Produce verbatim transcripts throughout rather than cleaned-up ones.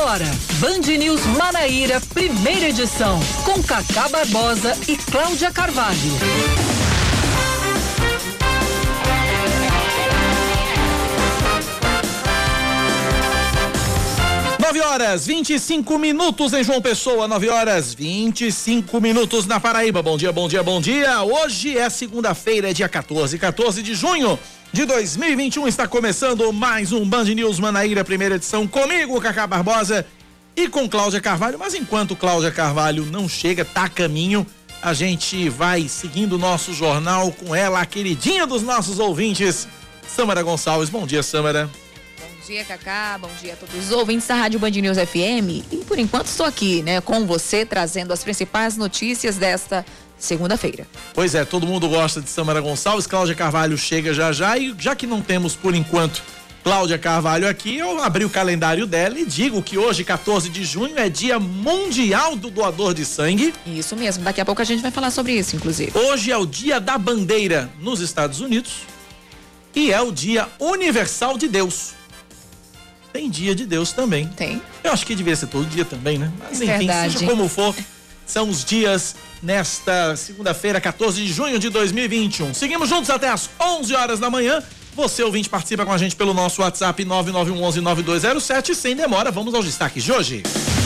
Agora, Band News Manaíra, primeira edição, com Cacá Barbosa e Cláudia Carvalho. nove horas, vinte e cinco minutos em João Pessoa, nove horas, vinte e cinco minutos na Paraíba. Bom dia, bom dia, bom dia. Hoje é segunda-feira, é dia quatorze, quatorze de junho de dois mil e vinte e um. Está começando mais um Band News Manaíra, primeira edição, comigo, Cacá Barbosa, e com Cláudia Carvalho. Mas enquanto Cláudia Carvalho não chega, tá a caminho, a gente vai seguindo o nosso jornal com ela, a queridinha dos nossos ouvintes, Sâmara Gonçalves. Bom dia, Sâmara. Bom dia, Cacá, bom dia a todos os ouvintes da Rádio Band News F M. E por enquanto estou aqui, né, com você, trazendo as principais notícias desta segunda-feira. Pois é, todo mundo gosta de Sâmara Gonçalves. Cláudia Carvalho chega já já, e já que não temos por enquanto Cláudia Carvalho aqui, eu abri o calendário dela e digo que hoje, quatorze de junho, é dia mundial do doador de sangue. Isso mesmo, daqui a pouco a gente vai falar sobre isso, inclusive. Hoje é o dia da bandeira nos Estados Unidos e é o dia universal de Deus. Tem dia de Deus também. Tem. Eu acho que devia ser todo dia também, né? Mas enfim, Verdade. seja como for, são os dias nesta segunda-feira, quatorze de junho de dois mil e vinte e um. Seguimos juntos até às onze horas da manhã. Você, ouvinte, participa com a gente pelo nosso WhatsApp nove nove um um nove dois zero sete. Sem demora, vamos aos destaques de hoje.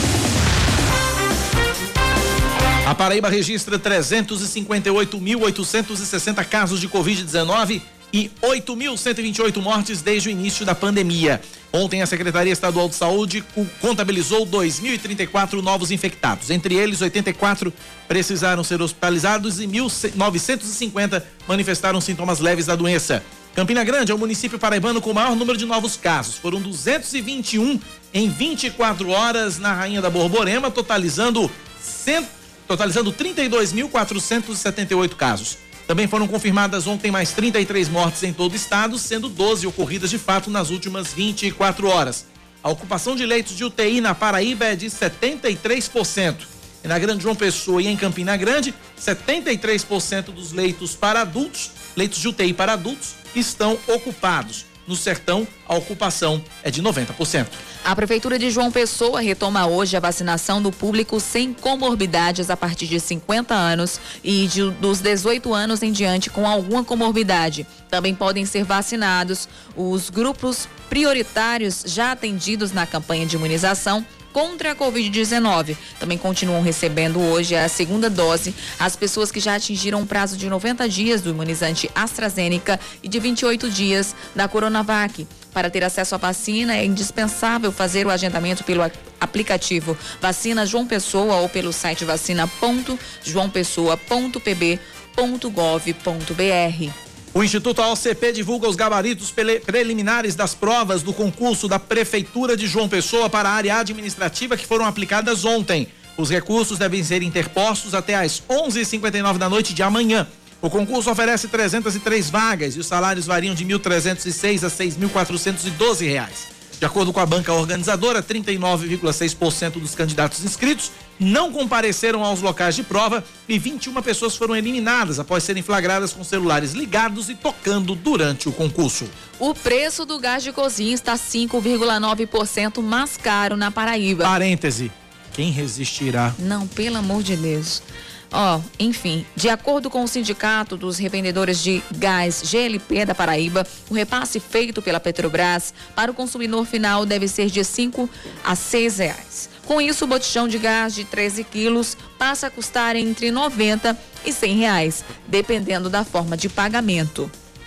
A Paraíba registra trezentos e cinquenta e oito mil oitocentos e sessenta casos de covid dezenove e oito mil cento e vinte e oito mortes desde o início da pandemia. Ontem, a Secretaria Estadual de Saúde contabilizou dois mil e trinta e quatro novos infectados. Entre eles, oitenta e quatro precisaram ser hospitalizados e mil novecentos e cinquenta manifestaram sintomas leves da doença. Campina Grande é o município paraibano com o maior número de novos casos. Foram duzentos e vinte e um em vinte e quatro horas na Rainha da Borborema, totalizando, cem, totalizando trinta e dois mil quatrocentos e setenta e oito casos. Também foram confirmadas ontem mais trinta e três mortes em todo o estado, sendo doze ocorridas de fato nas últimas vinte e quatro horas. A ocupação de leitos de U T I na Paraíba é de setenta e três por cento. E na Grande João Pessoa e em Campina Grande, setenta e três por cento dos leitos para adultos, leitos de U T I para adultos, estão ocupados. No Sertão, a ocupação é de noventa por cento. A Prefeitura de João Pessoa retoma hoje a vacinação do público sem comorbidades a partir de cinquenta anos e de, dos dezoito anos em diante com alguma comorbidade. Também podem ser vacinados os grupos prioritários já atendidos na campanha de imunização contra a covid dezenove. Também continuam recebendo hoje a segunda dose as pessoas que já atingiram um prazo de noventa dias do imunizante AstraZeneca e de vinte e oito dias da Coronavac. Para ter acesso à vacina, é indispensável fazer o agendamento pelo aplicativo Vacina João Pessoa ou pelo site vacina ponto joão pessoa ponto p b ponto gov ponto b r. O Instituto A O C P divulga os gabaritos preliminares das provas do concurso da Prefeitura de João Pessoa para a área administrativa que foram aplicadas ontem. Os recursos devem ser interpostos até às onze e cinquenta e nove da noite de amanhã. O concurso oferece trezentas e três vagas e os salários variam de mil trezentos e seis a seis mil quatrocentos e doze reais. De acordo com a banca organizadora, trinta e nove vírgula seis por cento dos candidatos inscritos não compareceram aos locais de prova e vinte e uma pessoas foram eliminadas após serem flagradas com celulares ligados e tocando durante o concurso. O preço do gás de cozinha está cinco vírgula nove por cento mais caro na Paraíba. Parêntese, quem resistirá? Não, pelo amor de Deus. Ó, oh, enfim, de acordo com o Sindicato dos Revendedores de Gás G L P da Paraíba, o repasse feito pela Petrobras para o consumidor final deve ser de cinco a seis reais. Com isso, o botijão de gás de treze quilos passa a custar entre noventa e cem reais, dependendo da forma de pagamento.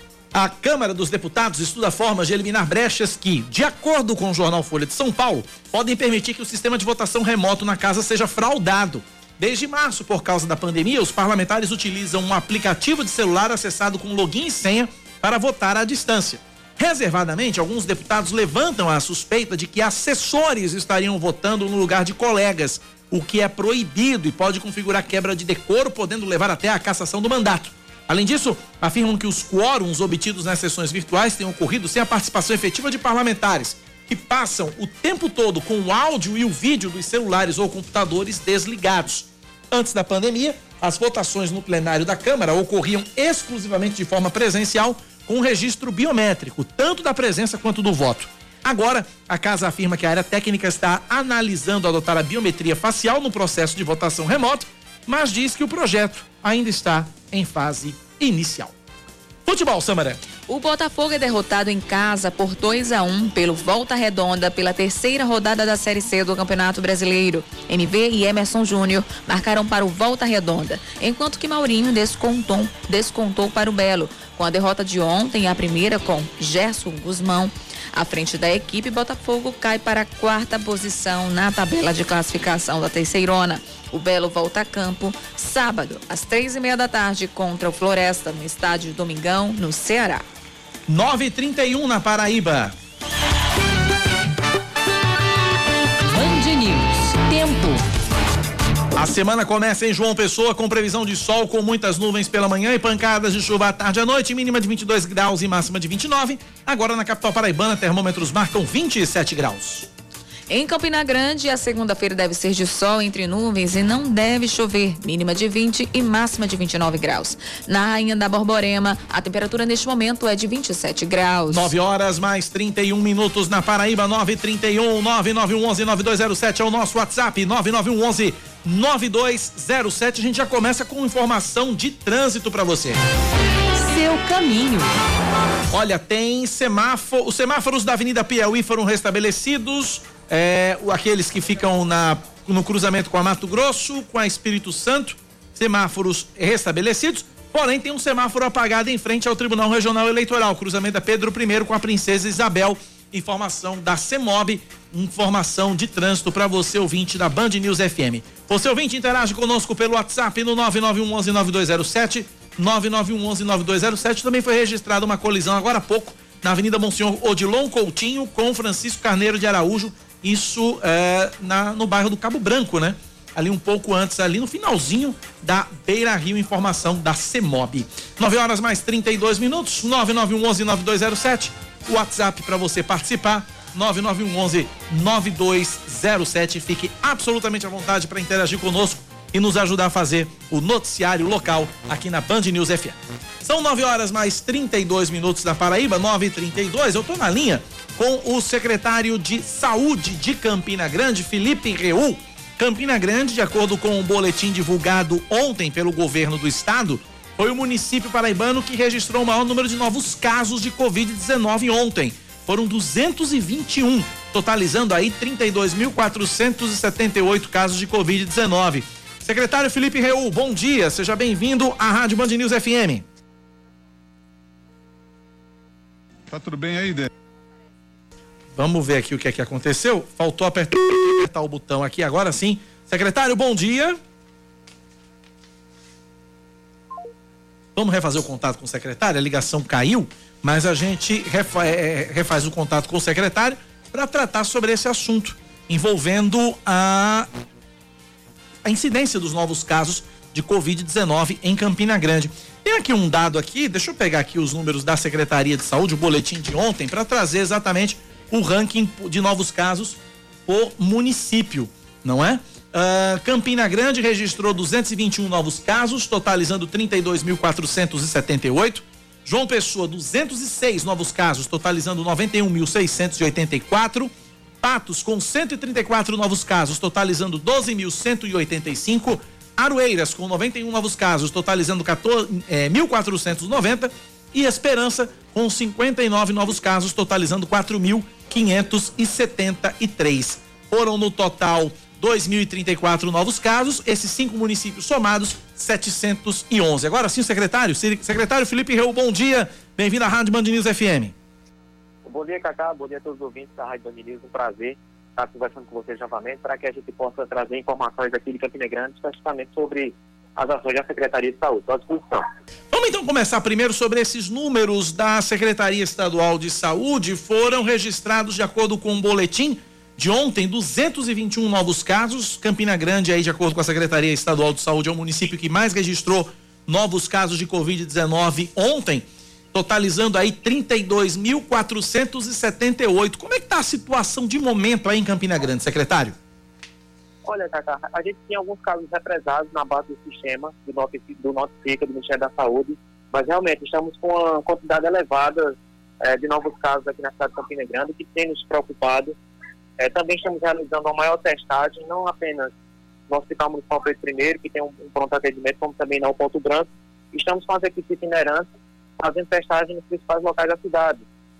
A Câmara dos Deputados estuda formas de eliminar brechas que, de acordo com o jornal Folha de São Paulo, podem permitir que o sistema de votação remoto na casa seja fraudado. Desde março, por causa da pandemia, os parlamentares utilizam um aplicativo de celular acessado com login e senha para votar à distância. Reservadamente, alguns deputados levantam a suspeita de que assessores estariam votando no lugar de colegas, o que é proibido e pode configurar quebra de decoro, podendo levar até a cassação do mandato. Além disso, afirmam que os quórums obtidos nas sessões virtuais têm ocorrido sem a participação efetiva de parlamentares, que passam o tempo todo com o áudio e o vídeo dos celulares ou computadores desligados. Antes da pandemia, as votações no plenário da Câmara ocorriam exclusivamente de forma presencial, com registro biométrico, tanto da presença quanto do voto. Agora, a casa afirma que a área técnica está analisando adotar a biometria facial no processo de votação remoto, mas diz que o projeto ainda está em fase inicial. Futebol, Samaré. O Botafogo é derrotado em casa por dois a um pelo Volta Redonda pela terceira rodada da Série C do Campeonato Brasileiro. M V e Emerson Júnior marcaram para o Volta Redonda, enquanto que Maurinho descontou, descontou para o Belo. Com a derrota de ontem, a primeira com Gerson Guzmão, à frente da equipe, Botafogo cai para a quarta posição na tabela de classificação da Terceirona. O Belo volta a campo sábado, às três e meia da tarde, contra o Floresta, no estádio Domingão, no Ceará. nove e trinta e um na Paraíba. Band News. Tempo. A semana começa em João Pessoa com previsão de sol com muitas nuvens pela manhã e pancadas de chuva à tarde e à noite, mínima de vinte e dois graus e máxima de vinte e nove. Agora na capital paraibana, termômetros marcam vinte e sete graus. Em Campina Grande, a segunda-feira deve ser de sol entre nuvens e não deve chover, mínima de vinte e máxima de vinte e nove graus. Na Rainha da Borborema, a temperatura neste momento é de vinte e sete graus. nove horas mais trinta e um minutos na Paraíba, nove e trinta e um, nove nove um um nove dois zero sete é o nosso WhatsApp, nove nove um um nove dois zero sete. A gente já começa com informação de trânsito para você. Seu caminho. Olha, tem semáforo, os semáforos da Avenida Piauí foram restabelecidos. É, aqueles que ficam na, no cruzamento com a Mato Grosso, com a Espírito Santo, semáforos restabelecidos, porém tem um semáforo apagado em frente ao Tribunal Regional Eleitoral, cruzamento da Pedro I com a Princesa Isabel. Informação da CEMOB, informação de trânsito para você, ouvinte da Band News F M. Você, ouvinte, interage conosco pelo WhatsApp no nove nove um um nove dois zero sete, nove nove um um nove dois zero sete. Também foi registrada uma colisão agora há pouco na Avenida Monsenhor Odilon Coutinho com Francisco Carneiro de Araújo. Isso é, na, no bairro do Cabo Branco, né? Ali um pouco antes, ali no finalzinho da Beira Rio, informação da CEMOB. nove horas mais trinta e dois minutos, nove nove um um nove dois zero sete. O WhatsApp para você participar, nove nove um um nove dois zero sete. Fique absolutamente à vontade para interagir conosco e nos ajudar a fazer o noticiário local aqui na Band News F M. São nove horas mais trinta e dois minutos na Paraíba, nove e trinta e dois. Eu tô na linha com o secretário de Saúde de Campina Grande, Felipe Reul. Campina Grande, de acordo com o boletim divulgado ontem pelo governo do estado, foi o município paraibano que registrou o maior número de novos casos de covid dezenove ontem. Foram duzentos e vinte e um, totalizando aí trinta e dois mil quatrocentos e setenta e oito casos de covid dezenove. Secretário Felipe Reul, bom dia, seja bem-vindo à Rádio Band News F M. Tá tudo bem aí, Dê? Vamos ver aqui o que é que aconteceu. Faltou apertar, apertar o botão aqui, agora sim. Secretário, bom dia. Vamos refazer o contato com o secretário? A ligação caiu, mas a gente refa, é, refaz o contato com o secretário para tratar sobre esse assunto, envolvendo a, a incidência dos novos casos de covid dezenove em Campina Grande. Tem aqui um dado aqui, deixa eu pegar aqui os números da Secretaria de Saúde, o boletim de ontem, para trazer exatamente o ranking de novos casos por município, não é? Uh, Campina Grande registrou duzentos e vinte e um novos casos, totalizando trinta e dois mil quatrocentos e setenta e oito. João Pessoa, duzentos e seis novos casos, totalizando noventa e um mil seiscentos e oitenta e quatro. Patos, com cento e trinta e quatro novos casos, totalizando doze mil cento e oitenta e cinco. Aroeiras, com noventa e um novos casos, totalizando quatorze, é, mil quatrocentos e noventa. E Esperança, com cinquenta e nove novos casos, totalizando quatro mil quinhentos e setenta e três. Foram no total dois mil e trinta e quatro novos casos, esses cinco municípios somados, setecentos e onze. Agora sim, secretário, secretário Felipe Reul, bom dia, bem-vindo à Rádio Band News F M. Bom dia, Cacá, bom dia a todos os ouvintes da Rádio Band News, um prazer estar conversando com vocês novamente, para que a gente possa trazer informações aqui de Campina Grande, especificamente sobre as ações da Secretaria de Saúde. Estou à disposição. Vamos então começar primeiro sobre esses números da Secretaria Estadual de Saúde. Foram registrados, de acordo com o boletim de ontem, duzentos e vinte e um novos casos. Campina Grande, aí, de acordo com a Secretaria Estadual de Saúde, é o município que mais registrou novos casos de covid dezenove ontem, totalizando aí trinta e dois mil quatrocentos e setenta e oito. Como é que está a situação de momento aí em Campina Grande, secretário? Olha, Cacá, a gente tinha alguns casos represados na base do sistema do Notifica, do Notifica, do Ministério da Saúde, mas realmente estamos com uma quantidade elevada é, de novos casos aqui na cidade de Campina Grande, que tem nos preocupado. É, também estamos realizando uma maior testagem, não apenas no Hospital Municipal Pedro primeiro, que tem um, um pronto atendimento, como também na Ponto Branco. Estamos com as equipes itinerantes fazendo testagem nos principais locais da cidade,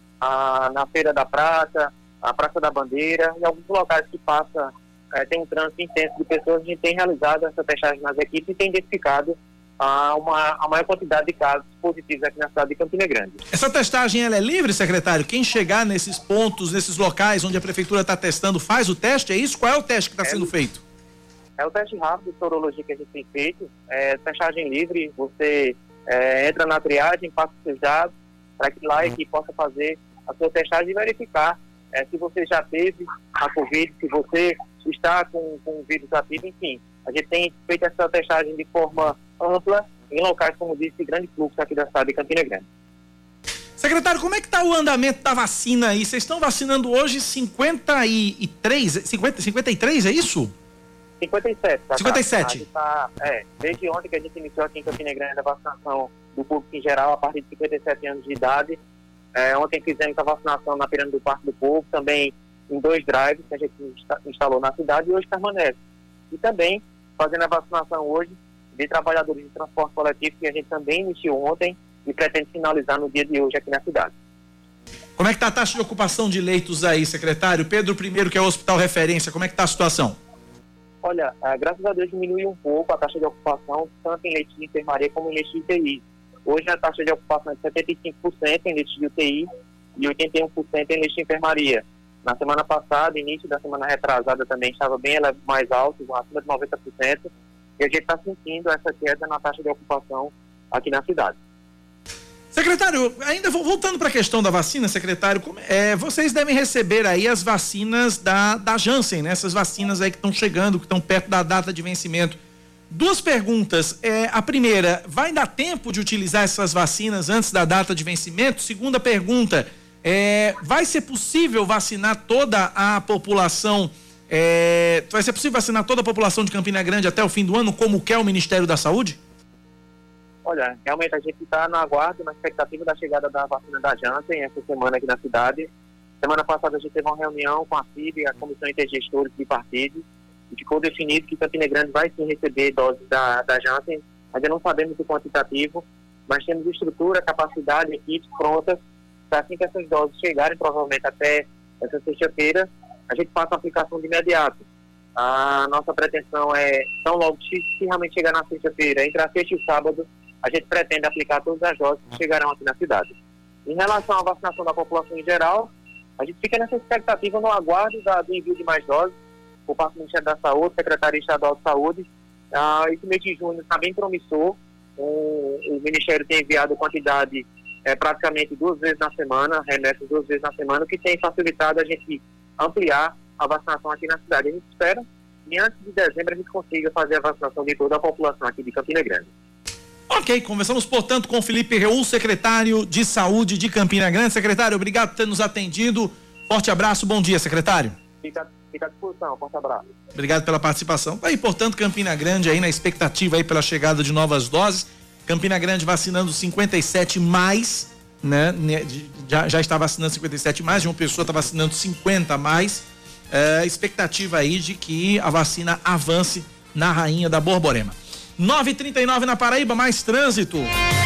a, na Feira da Prata, a Praça da Bandeira, e alguns locais que passa, é, tem um trânsito intenso de pessoas. A gente tem realizado essa testagem nas equipes e tem identificado a, uma, a maior quantidade de casos positivos aqui na cidade de Campina Grande. Essa testagem ela é livre, secretário? Quem chegar nesses pontos, nesses locais onde a prefeitura está testando, faz o teste? É isso? Qual é o teste que está é, sendo feito? É o teste rápido de sorologia que a gente tem feito, é testagem livre. Você é, entra na triagem, passa os seus dados, para que lá a equipe possa fazer a sua testagem e verificar é, se você já teve a Covid, se você está com, com o vírus ativo, enfim. A gente tem feito essa testagem de forma ampla em locais, como disse, de grande fluxo aqui da cidade de Campina Grande. Secretário, como é que está o andamento da vacina aí? Vocês estão vacinando hoje cinquenta e três, cinquenta, cinquenta e três, é isso? cinquenta e sete. Tá, cinquenta e sete. Tá, é, desde ontem que a gente iniciou aqui em Campina Grande a vacinação do público em geral, a partir de cinquenta e sete anos de idade. É, ontem fizemos a vacinação na Pirâmide do Parque do Povo, também em dois drives que a gente instalou na cidade, e hoje permanece. E também fazendo a vacinação hoje de trabalhadores de transporte coletivo, que a gente também iniciou ontem e pretende finalizar no dia de hoje aqui na cidade. Como é que está a taxa de ocupação de leitos aí, secretário? Pedro primeiro, que é o hospital referência, como é que está a situação? Olha, ah, graças a Deus diminuiu um pouco a taxa de ocupação, tanto em leitos de enfermaria como em leitos de U T I. Hoje a taxa de ocupação é de setenta e cinco por cento em leitos de U T I e oitenta e um por cento em leitos de enfermaria. Na semana passada, início da semana retrasada, também estava bem mais alto, acima de noventa por cento, e a gente está sentindo essa queda na taxa de ocupação aqui na cidade. Secretário, ainda voltando para a questão da vacina, secretário, como, é, vocês devem receber aí as vacinas da, da Janssen, né? Essas vacinas aí que estão chegando, que estão perto da data de vencimento. Duas perguntas. É, a primeira, vai dar tempo de utilizar essas vacinas antes da data de vencimento? Segunda pergunta, é, vai ser possível vacinar toda a população, é, vai ser possível vacinar toda a população de Campina Grande até o fim do ano, como quer o Ministério da Saúde? Olha, realmente a gente está na aguardo, na expectativa da chegada da vacina da Janssen essa semana aqui na cidade. Semana passada a gente teve uma reunião com a C I B, a Comissão Intergestores de Partidos, e ficou definido que Campina Grande vai sim receber doses da, da Janssen. Ainda não sabemos o quantitativo, mas temos estrutura, capacidade, equipes prontas, para assim que essas doses chegarem, provavelmente até essa sexta-feira, a gente faça a aplicação de imediato. A nossa pretensão é, tão logo se, se realmente chegar na sexta-feira, entre a sexta e o sábado, a gente pretende aplicar todas as doses que chegarão aqui na cidade. Em relação à vacinação da população em geral, a gente fica nessa expectativa no aguardo da, do envio de mais doses por parte do Ministério da Saúde, Secretaria Estadual de Saúde. Ah, esse mês de junho está bem promissor. O, o Ministério tem enviado quantidade é, praticamente duas vezes na semana, remessas duas vezes na semana, o que tem facilitado a gente ampliar a vacinação aqui na cidade. A gente espera que antes de dezembro a gente consiga fazer a vacinação de toda a população aqui de Campina Grande. Ok, conversamos, portanto, com Felipe Reul, secretário de Saúde de Campina Grande. Secretário, obrigado por ter nos atendido. Forte abraço, bom dia, secretário. Fica, fica à disposição, forte abraço. Obrigado pela participação. Aí, portanto, Campina Grande aí na expectativa aí pela chegada de novas doses. Campina Grande vacinando cinquenta e sete mais, né? Já, já está vacinando cinquenta e sete mais, João Pessoa está vacinando cinquenta mais. É, expectativa aí de que a vacina avance na Rainha da Borborema. nove e trinta e nove na Paraíba, mais trânsito.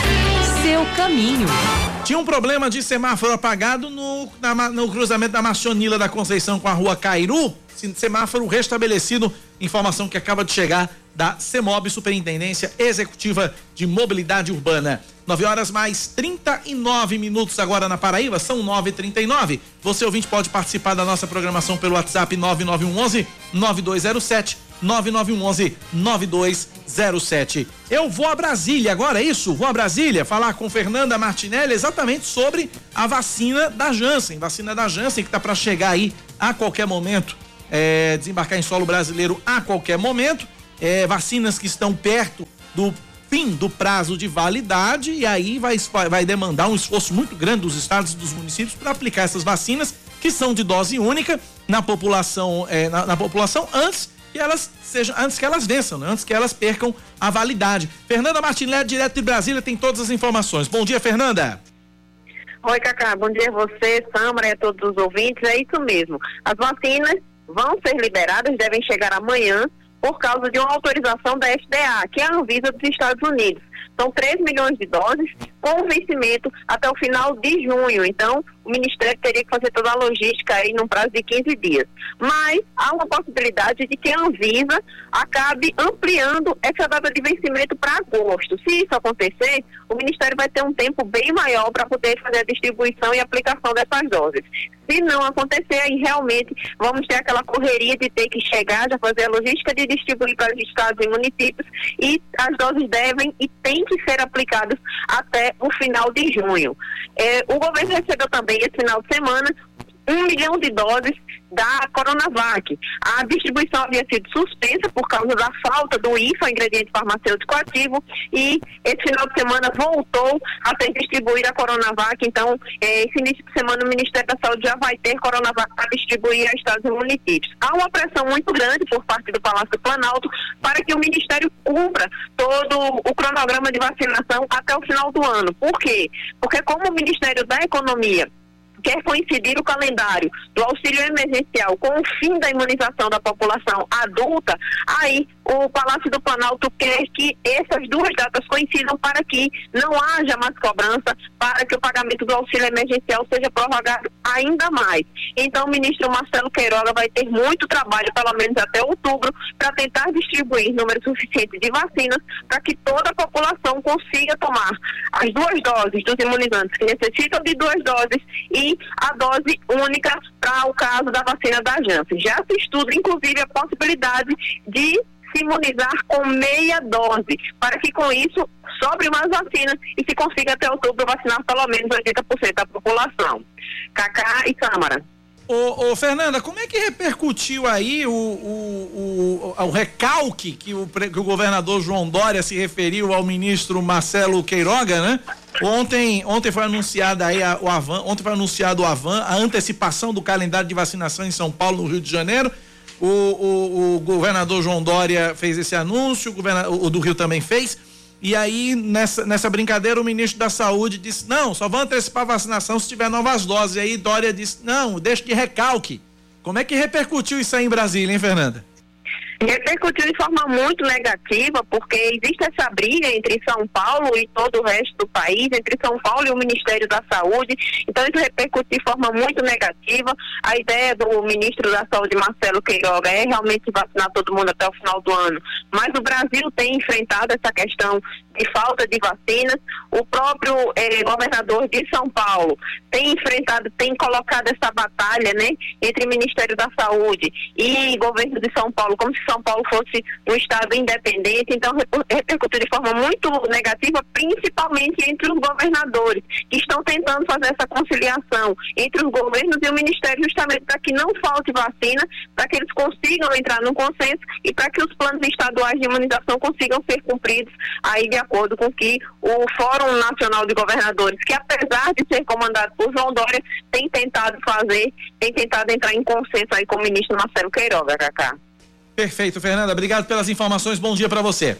Seu caminho. Tinha um problema de semáforo apagado no, na, no cruzamento da Marcionila da Conceição com a rua Cairu. Semáforo restabelecido. Informação que acaba de chegar da CEMOB, Superintendência Executiva de Mobilidade Urbana. nove horas mais trinta e nove minutos agora na Paraíba, são nove e trinta e nove. Você ouvinte pode participar da nossa programação pelo WhatsApp nove nove um um nove dois zero sete, nove nove um um nove dois zero sete. Eu vou a Brasília agora, é isso? Vou a Brasília falar com Fernanda Martinelli exatamente sobre a vacina da Janssen, vacina da Janssen que está para chegar aí a qualquer momento, é, desembarcar em solo brasileiro a qualquer momento, é, vacinas que estão perto do fim do prazo de validade, e aí vai, vai demandar um esforço muito grande dos estados e dos municípios para aplicar essas vacinas que são de dose única na população, é, na, na população antes que elas sejam, antes que elas vençam, né? Antes que elas percam a validade. Fernanda Martinelli, direto de Brasília, tem todas as informações. Bom dia, Fernanda. Oi, Cacá, bom dia a você, Samara e a todos os ouvintes. É isso mesmo. As vacinas vão ser liberadas, devem chegar amanhã, por causa de uma autorização da F D A, que é a Anvisa dos Estados Unidos. São três milhões de doses com vencimento até o final de junho. Então, o Ministério teria que fazer toda a logística aí num prazo de quinze dias. Mas há uma possibilidade de que a Anvisa acabe ampliando essa data de vencimento para agosto. Se isso acontecer, o Ministério vai ter um tempo bem maior para poder fazer a distribuição e aplicação dessas doses. Se não acontecer, aí realmente vamos ter aquela correria de ter que chegar, já fazer a logística de distribuir para os estados e municípios, e as doses devem e têm que ser aplicadas até o final de junho. É, o governo recebeu também esse final de semana um milhão de doses da Coronavac. A distribuição havia sido suspensa por causa da falta do I F A, ingrediente farmacêutico ativo, e esse final de semana voltou a ser distribuída a Coronavac. Então, eh, esse início de semana o Ministério da Saúde já vai ter Coronavac para distribuir a estados e municípios. Há uma pressão muito grande por parte do Palácio do Planalto para que o Ministério cumpra todo o cronograma de vacinação até o final do ano. Por quê? Porque como o Ministério da Economia quer coincidir o calendário do auxílio emergencial com o fim da imunização da população adulta, aí o Palácio do Planalto quer que essas duas datas coincidam para que não haja mais cobrança, para que o pagamento do auxílio emergencial seja prorrogado ainda mais. Então o ministro Marcelo Queiroga vai ter muito trabalho, pelo menos até outubro, para tentar distribuir número suficiente de vacinas para que toda a população consiga tomar as duas doses dos imunizantes que necessitam de duas doses e a dose única para o caso da vacina da Janssen. Já se estuda, inclusive, a possibilidade de se imunizar com meia dose, para que com isso sobre mais vacinas e se consiga até outubro vacinar pelo menos oitenta por cento da população. Cacá e Câmara. Ô, ô, Fernanda, como é que repercutiu aí o, o, o, o recalque que o, que o governador João Dória se referiu ao ministro Marcelo Queiroga, né? Ontem, ontem foi anunciada aí a, o Avan, ontem foi anunciado o Avan, a antecipação do calendário de vacinação em São Paulo, no Rio de Janeiro. O, o, o governador João Dória fez esse anúncio, o, governador, o do Rio também fez. E aí, nessa, nessa brincadeira, o ministro da Saúde disse, não, só vão antecipar a vacinação se tiver novas doses. E aí Dória disse, não, deixa de recalque. Como é que repercutiu isso aí em Brasília, hein, Fernanda? Repercutiu de forma muito negativa, porque existe essa briga entre São Paulo e todo o resto do país, entre São Paulo e o Ministério da Saúde. Então isso repercutiu de forma muito negativa. A ideia do ministro da Saúde, Marcelo Queiroga, é realmente vacinar todo mundo até o final do ano. Mas o Brasil tem enfrentado essa questão de falta de vacinas. O próprio eh, governador de São Paulo tem enfrentado, tem colocado essa batalha, né, entre o Ministério da Saúde e o governo de São Paulo, como se São Paulo fosse um estado independente. Então repercutiu de forma muito negativa, principalmente entre os governadores, que estão tentando fazer essa conciliação entre os governos e o Ministério, justamente para que não falte vacina, para que eles consigam entrar num consenso e para que os planos estaduais de imunização consigam ser cumpridos aí de acordo com que o Fórum Nacional de Governadores, que apesar de ser comandado por João Dória, tem tentado fazer, tem tentado entrar em consenso aí com o ministro Marcelo Queiroga, Cacá. Perfeito, Fernanda, obrigado pelas informações, bom dia para você.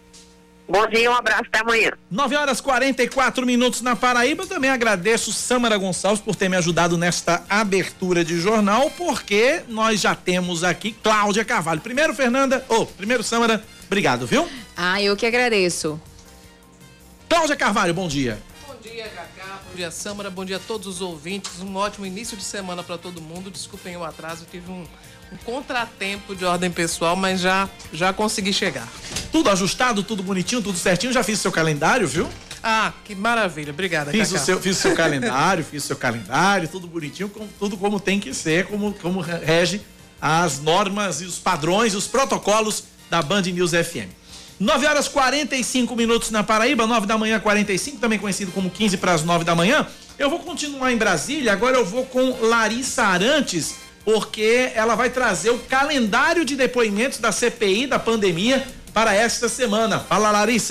Bom dia, um abraço, até amanhã. nove horas e quarenta e quatro minutos na Paraíba. Eu também agradeço Samara Gonçalves por ter me ajudado nesta abertura de jornal, porque nós já temos aqui Cláudia Carvalho. Primeiro, Fernanda, ou oh, primeiro, Samara, obrigado, viu? Ah, eu que agradeço. Cláudia Carvalho, bom dia. Bom dia, Cacá, bom dia, Samara, bom dia a todos os ouvintes, um ótimo início de semana para todo mundo. Desculpem o atraso, tive um, um contratempo de ordem pessoal, mas já, já consegui chegar. Tudo ajustado, tudo bonitinho, tudo certinho, já fiz o seu calendário, viu? Ah, que maravilha, obrigada, fiz Cacá. O seu, fiz o seu calendário, fiz o seu calendário, tudo bonitinho, com, tudo como tem que ser, como, como rege as normas e os padrões, os protocolos da Band News F M. nove horas e quarenta e cinco minutos na Paraíba, nove da manhã, quarenta e cinco, também conhecido como quinze para as nove da manhã. Eu vou continuar em Brasília, agora eu vou com Larissa Arantes, porque ela vai trazer o calendário de depoimentos da C P I da pandemia para esta semana. Fala, Larissa.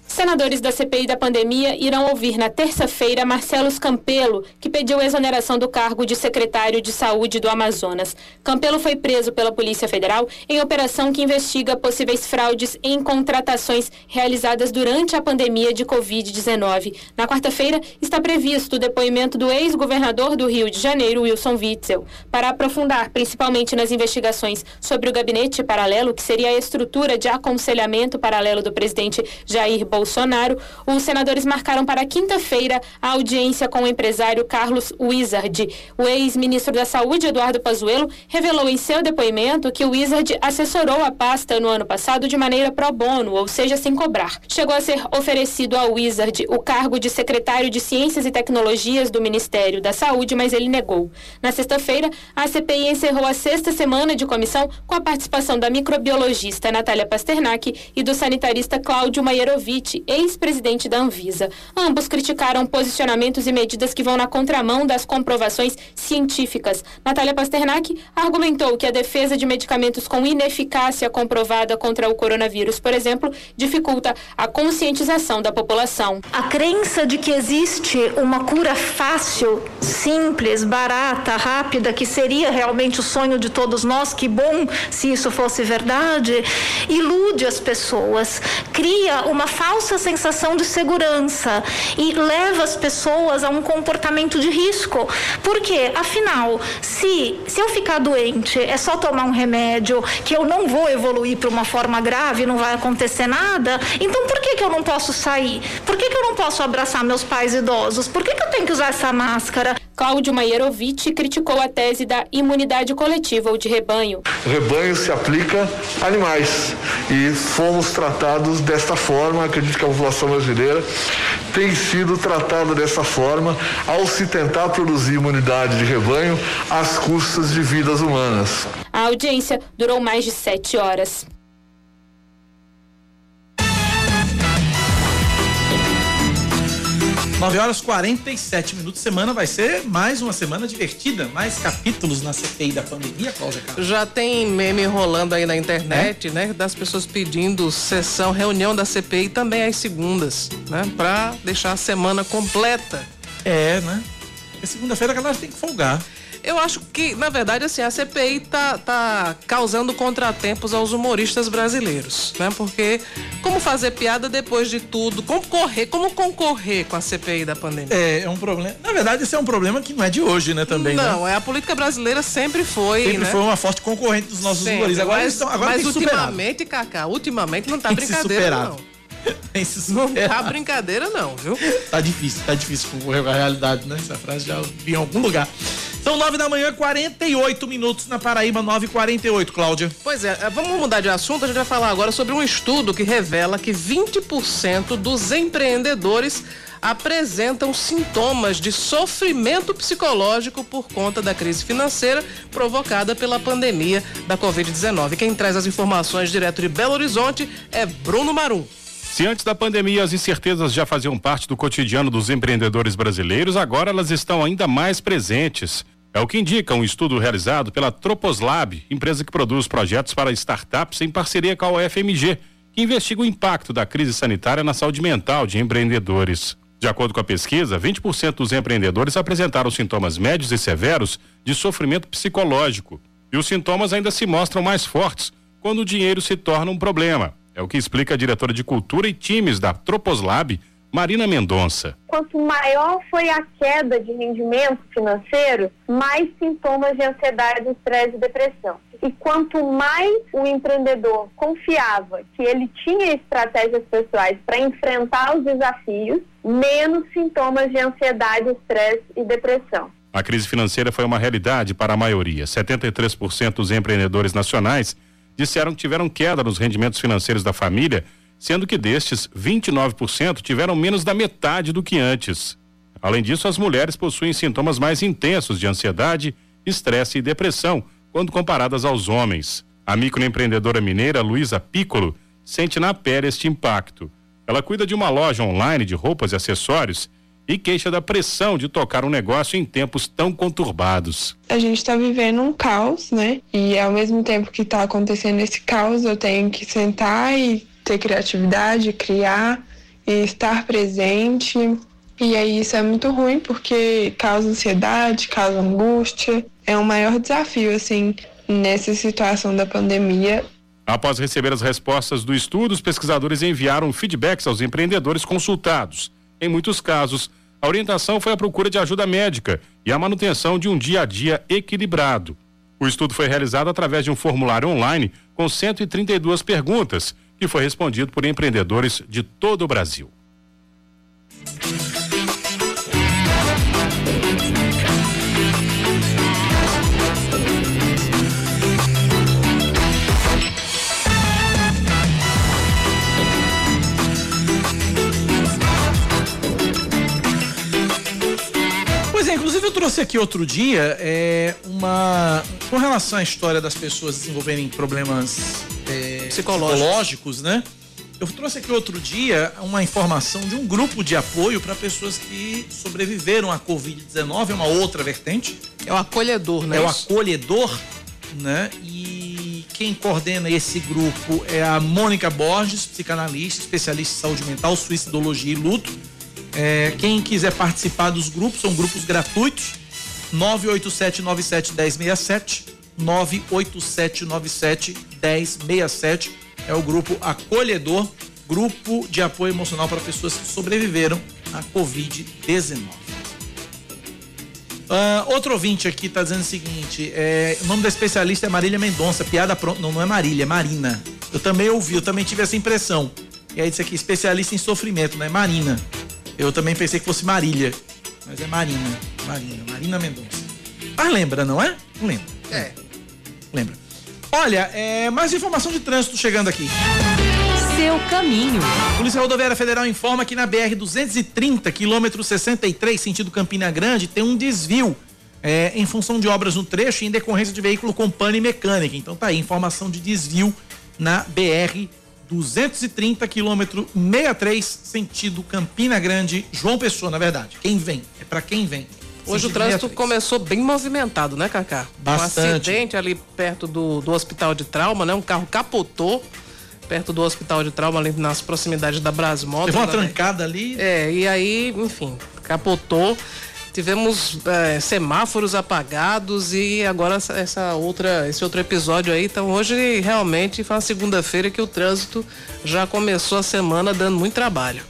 Senadores da C P I da pandemia irão ouvir na terça-feira Marcelo Campelo, que pediu exoneração do cargo de secretário de Saúde do Amazonas. Campelo foi preso pela Polícia Federal em operação que investiga possíveis fraudes em contratações realizadas durante a pandemia de covid dezenove. Na quarta-feira, está previsto o depoimento do ex-governador do Rio de Janeiro, Wilson Witzel. Para aprofundar, principalmente nas investigações sobre o gabinete paralelo, que seria a estrutura de aconselhamento paralelo do presidente Jair Bolsonaro, Bolsonaro, os senadores marcaram para quinta-feira a audiência com o empresário Carlos Wizard. O ex-ministro da Saúde, Eduardo Pazuello, revelou em seu depoimento que o Wizard assessorou a pasta no ano passado de maneira pro bono, ou seja, sem cobrar. Chegou a ser oferecido ao Wizard o cargo de secretário de Ciências e Tecnologias do Ministério da Saúde, mas ele negou. Na sexta-feira, a C P I encerrou a sexta semana de comissão com a participação da microbiologista Natália Pasternak e do sanitarista Cláudio Maierovic, ex-presidente da Anvisa. Ambos criticaram posicionamentos e medidas que vão na contramão das comprovações científicas. Natália Pasternak argumentou que a defesa de medicamentos com ineficácia comprovada contra o coronavírus, por exemplo, dificulta a conscientização da população. A crença de que existe uma cura fácil, simples, barata, rápida, que seria realmente o sonho de todos nós, que bom se isso fosse verdade, ilude as pessoas, cria uma falsa sensação de segurança e leva as pessoas a um comportamento de risco. Porque, afinal, se, se eu ficar doente, é só tomar um remédio, que eu não vou evoluir para uma forma grave, não vai acontecer nada, então por que que eu não posso sair? Por que que eu não posso abraçar meus pais idosos? Por que que eu tenho que usar essa máscara? Cláudio Maierovic criticou a tese da imunidade coletiva ou de rebanho. Rebanho se aplica a animais e fomos tratados desta forma. Acredito que a população brasileira tem sido tratada dessa forma ao se tentar produzir imunidade de rebanho às custas de vidas humanas. A audiência durou mais de sete horas. nove horas e quarenta e sete minutos. Semana vai ser mais uma semana divertida. Mais capítulos na C P I da pandemia, Cláudia Carvalho. Já tem meme rolando aí na internet, é? né? Das pessoas pedindo sessão, reunião da C P I também às segundas, né? Pra deixar a semana completa. É, né? Porque segunda-feira a galera tem que folgar. Eu acho que, na verdade, assim, a C P I tá, tá causando contratempos aos humoristas brasileiros, né? Porque como fazer piada depois de tudo? Como correr, como concorrer com a C P I da pandemia? É, é um problema. Na verdade, esse é um problema que não é de hoje, né, também, Não, né? é a política brasileira sempre foi, Sempre né? foi uma forte concorrente dos nossos Sempre, humoristas. Agora mas, eles estão, agora mas tem ultimamente, Cacá, ultimamente não tá tem brincadeira, não. Tem se Não superado. tá brincadeira, não, viu? Tá difícil, tá difícil concorrer com a realidade, né? Essa frase já vi em algum lugar. São nove da manhã, quarenta e oito minutos na Paraíba, nove e quarenta e oito, Cláudia. Pois é, vamos mudar de assunto. A gente vai falar agora sobre um estudo que revela que vinte por cento dos empreendedores apresentam sintomas de sofrimento psicológico por conta da crise financeira provocada pela pandemia da covid dezenove. Quem traz as informações direto de Belo Horizonte é Bruno Marum. Se antes da pandemia as incertezas já faziam parte do cotidiano dos empreendedores brasileiros, agora elas estão ainda mais presentes. É o que indica um estudo realizado pela Troposlab, empresa que produz projetos para startups em parceria com a U F M G, que investiga o impacto da crise sanitária na saúde mental de empreendedores. De acordo com a pesquisa, vinte por cento dos empreendedores apresentaram sintomas médios e severos de sofrimento psicológico. E os sintomas ainda se mostram mais fortes quando o dinheiro se torna um problema. É o que explica a diretora de Cultura e Times da Troposlab, Marina Mendonça. Quanto maior foi a queda de rendimento financeiro, mais sintomas de ansiedade, estresse e depressão. E quanto mais o empreendedor confiava que ele tinha estratégias pessoais para enfrentar os desafios, menos sintomas de ansiedade, estresse e depressão. A crise financeira foi uma realidade para a maioria. setenta e três por cento dos empreendedores nacionais disseram que tiveram queda nos rendimentos financeiros da família, sendo que destes, vinte e nove por cento tiveram menos da metade do que antes. Além disso, as mulheres possuem sintomas mais intensos de ansiedade, estresse e depressão, quando comparadas aos homens. A microempreendedora mineira Luísa Piccolo sente na pele este impacto. Ela cuida de uma loja online de roupas e acessórios e queixa da pressão de tocar um negócio em tempos tão conturbados. A gente está vivendo um caos, né? E ao mesmo tempo que está acontecendo esse caos, eu tenho que sentar e ter criatividade, criar e estar presente. E aí isso é muito ruim porque causa ansiedade, causa angústia. É um maior desafio, assim, nessa situação da pandemia. Após receber as respostas do estudo, os pesquisadores enviaram feedbacks aos empreendedores consultados. Em muitos casos, a orientação foi a procura de ajuda médica e a manutenção de um dia a dia equilibrado. O estudo foi realizado através de um formulário online com cento e trinta e duas perguntas, que foi respondido por empreendedores de todo o Brasil. Inclusive eu trouxe aqui outro dia é, uma com relação à história das pessoas desenvolverem problemas é, psicológicos. psicológicos, né? Eu trouxe aqui outro dia uma informação de um grupo de apoio para pessoas que sobreviveram à covid dezenove, é uma outra vertente. É o acolhedor, né? É o acolhedor, né? E quem coordena esse grupo é a Mônica Borges, psicanalista, especialista em saúde mental, suicidologia e luto. É, quem quiser participar dos grupos, são grupos gratuitos, nove oito sete nove sete um zero seis sete, nove oito sete nove sete um zero seis sete, é o grupo Acolhedor, grupo de apoio emocional para pessoas que sobreviveram à covid dezenove. Uh, outro ouvinte aqui está dizendo o seguinte, é, o nome da especialista é Marília Mendonça, piada pronta, não, não é Marília, é Marina. Eu também ouvi, eu também tive essa impressão. E aí disse aqui, especialista em sofrimento, né? Marina. Eu também pensei que fosse Marília, mas é Marina, Marina, Marina Mendonça. Mas lembra, não é? Não lembra. É. Lembra. Olha, é, mais informação de trânsito chegando aqui. Seu caminho. Polícia Rodoviária Federal informa que na B R duzentos e trinta, quilômetro sessenta e três, sentido Campina Grande, tem um desvio é, em função de obras no trecho e em decorrência de veículo com pane mecânica. Então tá aí, informação de desvio na B R duzentos e trinta, quilômetro sessenta e três, sentido Campina Grande, João Pessoa, na verdade. Quem vem? É pra quem vem. Hoje o trânsito começou bem movimentado, né, Cacá? Bastante. Um acidente ali perto do, do hospital de trauma, né? Um carro capotou perto do hospital de trauma, ali nas proximidades da Brasmoto. Teve uma né? trancada ali. É, e aí, enfim, capotou. Tivemos é, semáforos apagados e agora essa, essa outra, esse outro episódio aí. Então hoje realmente foi uma segunda-feira que o trânsito já começou a semana dando muito trabalho.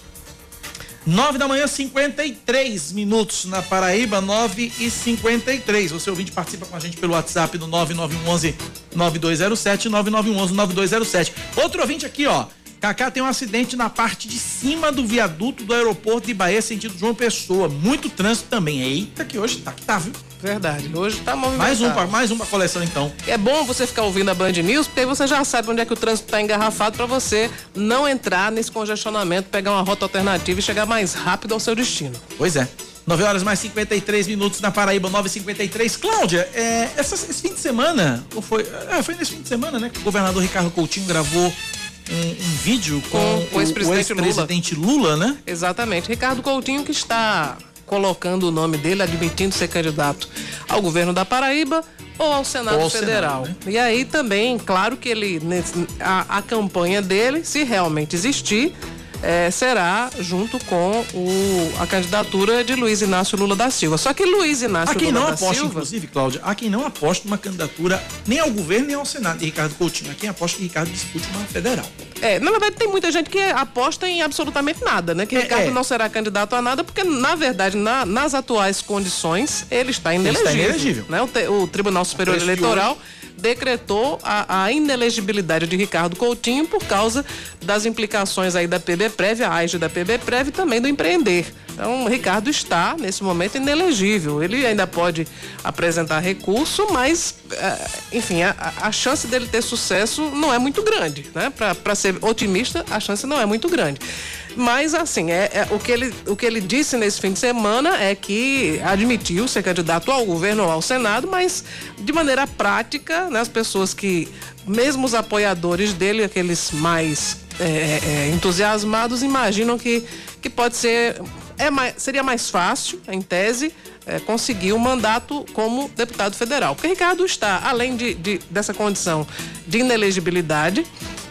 Nove da manhã, cinquenta e três minutos na Paraíba, nove e cinquenta e três. Você ouvinte participa com a gente pelo WhatsApp no nove nove um um nove dois zero sete, nove nove um um nove dois zero sete. Outro ouvinte aqui, ó. Cacá, tem um acidente na parte de cima do viaduto do aeroporto de Bahia, sentido João Pessoa. Muito trânsito também. Eita, que hoje tá que tá, viu? Verdade, hoje tá movimentado. Mais um pra, mais um pra coleção, então. É bom você ficar ouvindo a Band News, porque aí você já sabe onde é que o trânsito tá engarrafado para você não entrar nesse congestionamento, pegar uma rota alternativa e chegar mais rápido ao seu destino. Pois é. nove horas mais cinquenta e três minutos na Paraíba, nove e cinquenta e três. Cláudia, é, essa, esse fim de semana, ou foi, é, foi nesse fim de semana, né, que o governador Ricardo Coutinho gravou Um, um vídeo com, com o ex-presidente, o ex-presidente Lula. Lula, né? Exatamente. Ricardo Coutinho, que está colocando o nome dele, admitindo ser candidato ao governo da Paraíba ou ao Senado ou ao Federal. Senado, né? E aí também, claro que ele a, a campanha dele, se realmente existir, É, será junto com o, a candidatura de Luiz Inácio Lula da Silva. Só que Luiz Inácio Lula da aposta, Silva... inclusive, Cláudia, há quem não aposta uma candidatura nem ao governo nem ao Senado de Ricardo Coutinho. Há quem aposta que Ricardo discute uma federal. É, na verdade tem muita gente que aposta em absolutamente nada, né? Que é, Ricardo é. não será candidato a nada, porque na verdade, na, nas atuais condições, ele está inelegível. Ele está inelegível. Né? O, te, o Tribunal Superior Eleitoral decretou a, a inelegibilidade de Ricardo Coutinho por causa das implicações aí da PBPrev, a A I G da PBPrev e também do empreender. Então, o Ricardo está, nesse momento, inelegível. Ele ainda pode apresentar recurso, mas, enfim, a, a chance dele ter sucesso não é muito grande, né? Para ser otimista, a chance não é muito grande. Mas, assim, é, é, o, que ele, o que ele disse nesse fim de semana é que admitiu ser candidato ao governo ou ao Senado, mas de maneira prática, né, as pessoas que, mesmo os apoiadores dele, aqueles mais é, é, entusiasmados, imaginam que, que pode ser, é mais, seria mais fácil, em tese, é, conseguir um mandato como deputado federal. Porque Ricardo está, além de, de, dessa condição de inelegibilidade,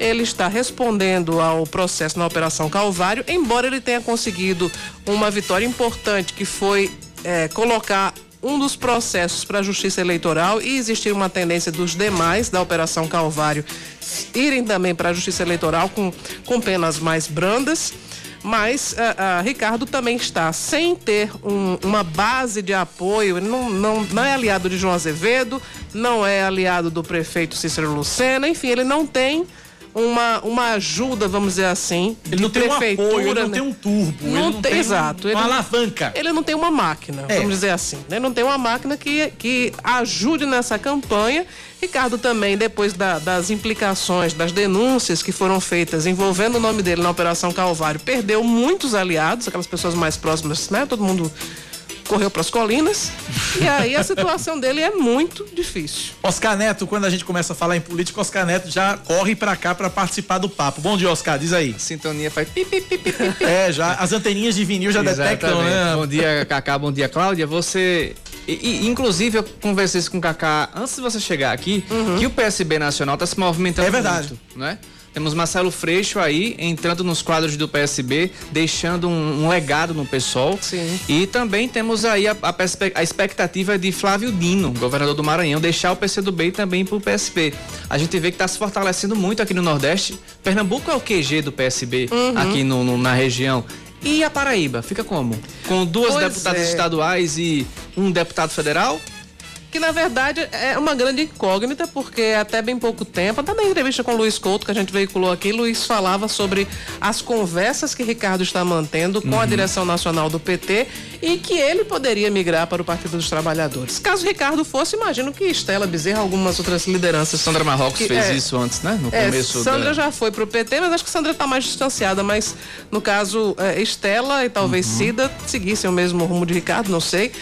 ele está respondendo ao processo na Operação Calvário, embora ele tenha conseguido uma vitória importante, que foi é, colocar um dos processos para a Justiça Eleitoral e existir uma tendência dos demais da Operação Calvário irem também para a Justiça Eleitoral com, com penas mais brandas. Mas uh, uh, Ricardo também está sem ter um, uma base de apoio, ele não, não, não é aliado de João Azevedo, não é aliado do prefeito Cícero Lucena, enfim, ele não tem uma, uma ajuda, vamos dizer assim, ele de não tem prefeitura, um apoio, ele não né? tem um turbo, não, ele não tem, tem exato, um, ele uma não, alavanca. Ele não tem uma máquina, é. vamos dizer assim, né? Não tem uma máquina que, que ajude nessa campanha. Ricardo também, depois da, das implicações, das denúncias que foram feitas envolvendo o nome dele na Operação Calvário, perdeu muitos aliados, aquelas pessoas mais próximas, né? Todo mundo correu para as colinas, e aí a situação dele é muito difícil. Oscar Neto, quando a gente começa a falar em política, Oscar Neto já corre para cá para participar do papo. Bom dia, Oscar, diz aí. Sintonia faz pi, pi, pi, pi, pi. É, já as anteninhas de vinil já Exatamente. detectam, né? Bom dia, Cacá, bom dia, Cláudia. Você, e, e, inclusive eu conversei isso com o Cacá antes de você chegar aqui, uhum. que o P S B Nacional está se movimentando é verdade. muito, não é? Temos Marcelo Freixo aí entrando nos quadros do P S B, deixando um, um legado no PSOL. Sim. E também temos aí a, a, a expectativa de Flávio Dino, governador do Maranhão, deixar o P C do B e também pro P S B. A gente vê que está se fortalecendo muito aqui no Nordeste. Pernambuco é o Q G do P S B uhum. aqui no, no, na região. E a Paraíba, fica como? Com duas pois deputadas é. estaduais e um deputado federal? Que na verdade é uma grande incógnita, porque até bem pouco tempo, até na entrevista com o Luiz Couto que a gente veiculou aqui, Luiz falava sobre as conversas que Ricardo está mantendo com uhum. a direção nacional do P T e que ele poderia migrar para o Partido dos Trabalhadores. Caso Ricardo fosse, imagino que Estela Bezerra, algumas outras lideranças. Sandra Marrocos que, fez é, isso antes, né? No é, começo. Sandra da... já foi para o P T, mas acho que Sandra está mais distanciada, mas no caso é, Estela e talvez uhum. Cida seguissem o mesmo rumo de Ricardo, não sei.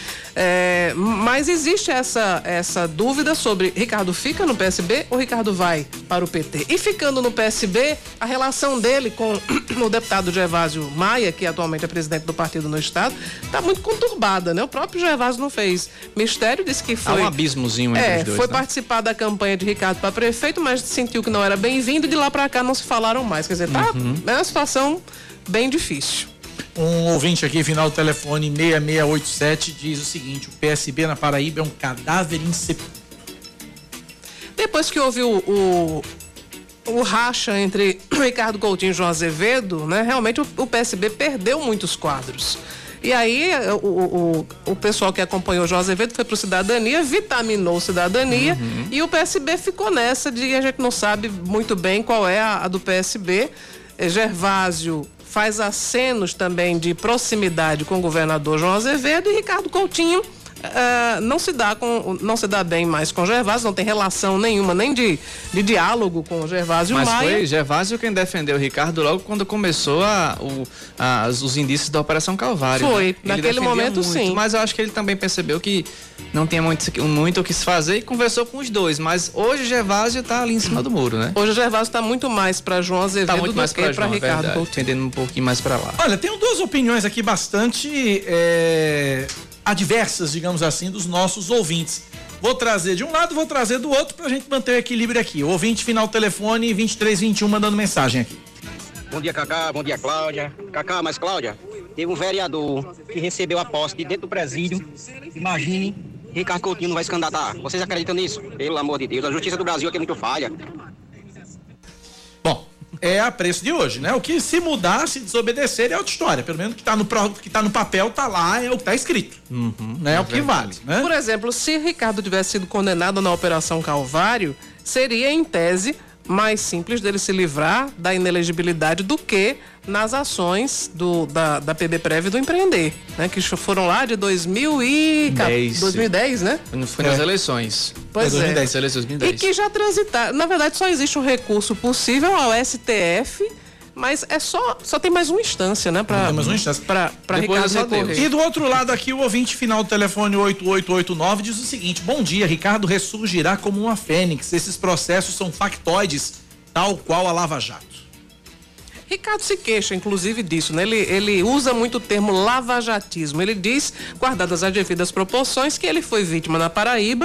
É, mas existe essa, essa dúvida sobre Ricardo fica no P S B ou Ricardo vai para o P T. E ficando no P S B, a relação dele com o deputado Gervásio Maia, que atualmente é presidente do partido no estado, está muito conturbada, né? O próprio Gervásio não fez mistério, disse que foi... Há um abismozinho entre é, os dois, foi né? participar da campanha de Ricardo para prefeito, mas sentiu que não era bem-vindo e de lá para cá não se falaram mais. Quer dizer, tá, uhum. é uma situação bem difícil. Um ouvinte aqui, final do telefone seis seis oito sete, diz o seguinte: o P S B na Paraíba é um cadáver insepulto. Depois que houve o, o, o racha entre Ricardo Coutinho e João Azevedo, né, realmente o, o P S B perdeu muitos quadros. E aí o, o, o pessoal que acompanhou o João Azevedo foi pro Cidadania, vitaminou Cidadania, uhum. e o P S B ficou nessa de a gente não sabe muito bem qual é a, a do P S B. Gervásio faz acenos também de proximidade com o governador João Azevedo e Ricardo Coutinho uh, não se dá com, não se dá bem mais com Gervásio, não tem relação nenhuma, nem de, de diálogo com Gervásio Mas Maia. Foi Gervásio quem defendeu o Ricardo logo quando começou a, o, a, os indícios da Operação Calvário. Foi, né? naquele momento muito, sim. Mas eu acho que ele também percebeu que não tinha muito, muito o que se fazer e conversou com os dois. Mas hoje o Gervásio está ali em cima do muro, né? Hoje o Gervásio está muito mais para João Azevedo tá muito do mais que para Ricardo verdade, Coutinho. Tendendo um pouquinho mais para lá. Olha, tenho duas opiniões aqui bastante é, adversas, digamos assim, dos nossos ouvintes. Vou trazer de um lado, vou trazer do outro pra gente manter o equilíbrio aqui. O ouvinte final telefone vinte e três vinte e um mandando mensagem aqui. Bom dia, Cacá. Bom dia, Cláudia. Cacá, mas Cláudia, teve um vereador que recebeu a posse de dentro do presídio. Imagine, Ricardo Coutinho não vai se candidatar. Vocês acreditam nisso? Pelo amor de Deus, a justiça do Brasil aqui é muito falha. Bom, é a preço de hoje, né? O que se mudar, se desobedecer é outra história. Pelo menos o que tá no, que tá no papel, tá lá, é o que tá escrito. Uhum, né? É o que vale, né? Por exemplo, se Ricardo tivesse sido condenado na Operação Calvário, seria em tese mais simples dele se livrar da inelegibilidade do que nas ações do, da, da P B Prev do Empreender, né? Que foram lá de dois mil e dez, né? Foi nas é. eleições. Pois é. dois mil e dez, eleições dois mil e dez. E que já transitaram. Na verdade, só existe um recurso possível ao S T F, mas é só, só tem mais uma instância, né? Pra, tem mais uma instância. Pra, pra Ricardo recorrer. E do outro lado aqui, o ouvinte final do telefone oito oito oito nove diz o seguinte: bom dia, Ricardo ressurgirá como uma fênix. Esses processos são factoides, tal qual a Lava Jato. Ricardo se queixa, inclusive, disso, né? Ele, ele usa muito o termo lavajatismo. Ele diz, guardadas as devidas proporções, que ele foi vítima na Paraíba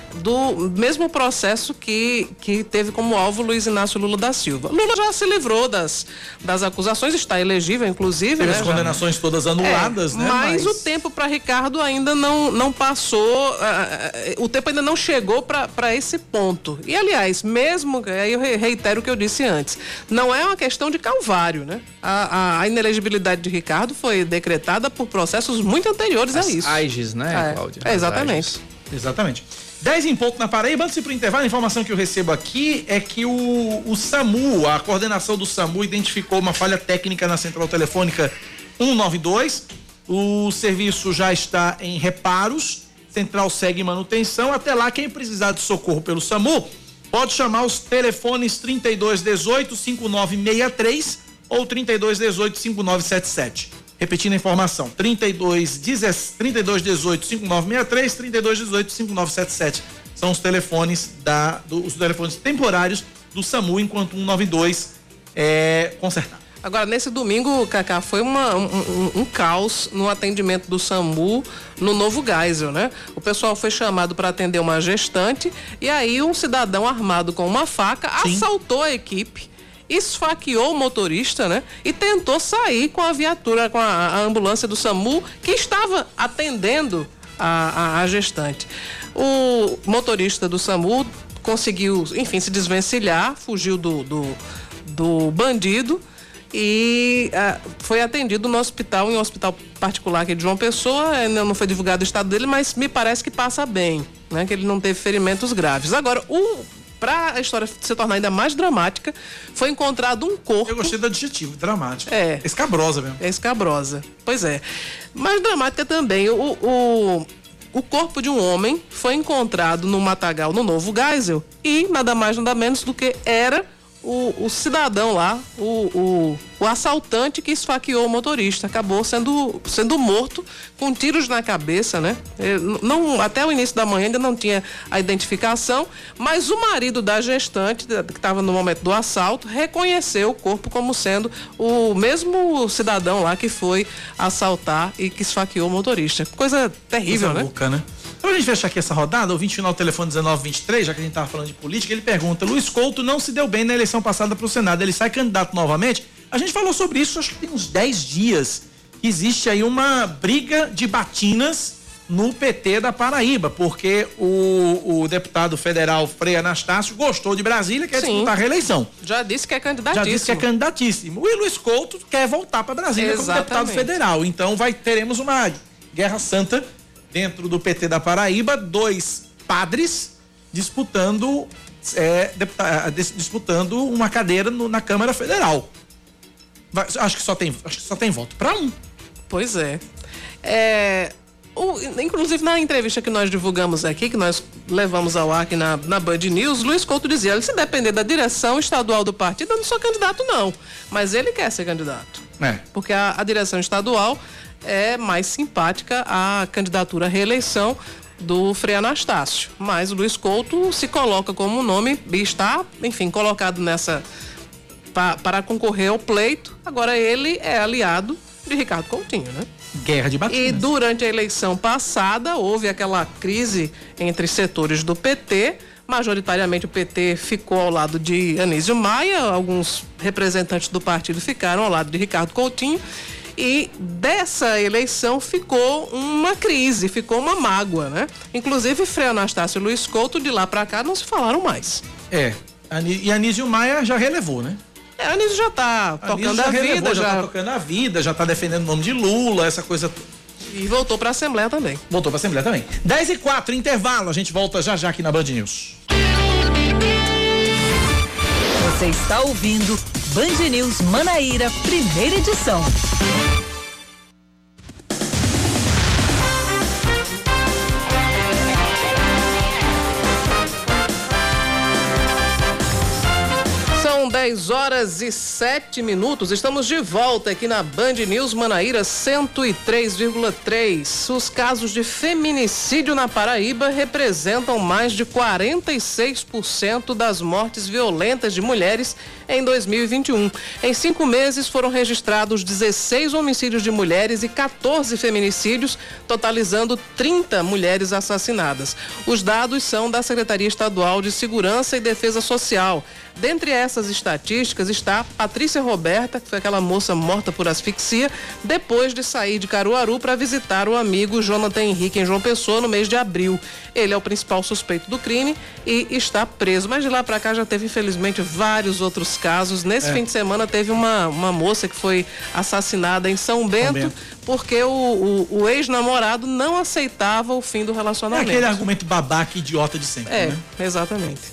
do mesmo processo que, que teve como alvo Luiz Inácio Lula da Silva. Lula já se livrou das, das acusações, está elegível, inclusive. Teve né, as condenações já... todas anuladas, é, né? Mas, mas o tempo para Ricardo ainda não, não passou, uh, uh, o tempo ainda não chegou para esse ponto. E, aliás, mesmo, aí eu reitero o que eu disse antes, não é uma questão de calvário, né? A, a, a inelegibilidade de Ricardo foi decretada por processos muito anteriores As a isso. A I G E S, né, é, Cláudia? É, exatamente. Exatamente. dez em ponto na Paraíba. Antes de ir pro intervalo, a informação que eu recebo aqui é que o, o SAMU, a coordenação do SAMU identificou uma falha técnica na central telefônica cento e noventa e dois. O serviço já está em reparos, central segue em manutenção. Até lá, quem precisar de socorro pelo SAMU pode chamar os telefones trinta e dois dezoito, cinquenta e nove sessenta e três ou trinta e dois dezoito, cinquenta e nove setenta e sete. Repetindo a informação, trinta e dois dezoito, cinquenta e nove sessenta e três, trinta e dois dezoito, cinquenta e nove setenta e sete. São os telefones da, do, os telefones temporários do SAMU, enquanto cento e noventa e dois é consertado. Agora, nesse domingo, Cacá, foi uma, um, um, um caos no atendimento do SAMU no Novo Geisel, né? O pessoal foi chamado para atender uma gestante e aí um cidadão armado com uma faca Sim. assaltou a equipe, esfaqueou o motorista, né? E tentou sair com a viatura, com a, a ambulância do SAMU que estava atendendo a, a, a gestante. O motorista do SAMU conseguiu, enfim, se desvencilhar, fugiu do, do, do bandido e uh, foi atendido no hospital, em um hospital particular aqui de João Pessoa. Ainda não foi divulgado o estado dele, mas me parece que passa bem, né? Que ele não teve ferimentos graves. Agora, o para a história se tornar ainda mais dramática, foi encontrado um corpo. Eu gostei do adjetivo, dramático. É. Escabrosa mesmo. É escabrosa. Pois é. Mais dramática também, o, o, o corpo de um homem foi encontrado no matagal no Novo Geisel e nada mais nada menos do que era o, o cidadão lá, o, o, o assaltante que esfaqueou o motorista. Acabou sendo, sendo morto com tiros na cabeça, né? Não, até o início da manhã ainda não tinha a identificação, mas o marido da gestante, que estava no momento do assalto, reconheceu o corpo como sendo o mesmo cidadão lá que foi assaltar e que esfaqueou o motorista. Coisa terrível, Coisa né? louca, né? Então a gente fecha aqui essa rodada, o vinte final do telefone dezenove vinte e três, já que a gente estava falando de política, ele pergunta: Luiz Couto não se deu bem na eleição passada para o Senado, ele sai candidato novamente? A gente falou sobre isso, acho que tem uns dez dias, que existe aí uma briga de batinas no P T da Paraíba, porque o, o deputado federal Frei Anastácio gostou de Brasília, quer Sim. disputar a reeleição. Já disse que é candidatíssimo. Já disse que é candidatíssimo. E Luiz Couto quer voltar para Brasília Exatamente. como deputado federal. Então vai, teremos uma guerra santa dentro do P T da Paraíba, dois padres disputando, é, deputa, disputando uma cadeira no, na Câmara Federal. Vai, acho que só tem, acho que só tem voto para um. Pois é. É, o, inclusive na entrevista que nós divulgamos aqui, que nós levamos ao ar aqui na, na Band News, Luiz Couto dizia: se depender da direção estadual do partido, eu não sou candidato não, mas ele quer ser candidato. É. Porque a, a direção estadual é mais simpática à candidatura à reeleição do Frei Anastácio, mas o Luiz Couto se coloca como nome e está, enfim, colocado nessa pa, para concorrer ao pleito. Agora ele é aliado de Ricardo Coutinho, né? Guerra de batinas. E durante a eleição passada houve aquela crise entre setores do P T. Majoritariamente o P T ficou ao lado de Anísio Maia, alguns representantes do partido ficaram ao lado de Ricardo Coutinho. E dessa eleição ficou uma crise, ficou uma mágoa, né? Inclusive Frei Anastácio e Luiz Couto, de lá pra cá, não se falaram mais. É, e Anísio Maia já relevou, né? É, Anísio já tá tocando já a relevou, vida. Já, já tá tocando a vida, já tá defendendo o nome de Lula, essa coisa toda. E voltou pra Assembleia também. Voltou pra Assembleia também. dez e quatro, intervalo, a gente volta já já aqui na Band News. Você está ouvindo Band News Manaíra, primeira edição. São dez dez horas e sete minutos. Estamos de volta aqui na Band News Manaíra cento e três vírgula três. Os casos de feminicídio na Paraíba representam mais de quarenta e seis por cento das mortes violentas de mulheres em dois mil e vinte e um. Em cinco meses foram registrados dezesseis homicídios de mulheres e quatorze feminicídios, totalizando trinta mulheres assassinadas. Os dados são da Secretaria Estadual de Segurança e Defesa Social. Dentre essas estatísticas está Patrícia Roberta, que foi aquela moça morta por asfixia, depois de sair de Caruaru para visitar o amigo Jonathan Henrique em João Pessoa no mês de abril. Ele é o principal suspeito do crime e está preso. Mas de lá para cá já teve, infelizmente, vários outros casos. Nesse é. fim de semana teve uma, uma moça que foi assassinada em São Bento, São Bento. porque o, o, o ex-namorado não aceitava o fim do relacionamento. É aquele argumento babaca idiota de sempre, é, né? Exatamente.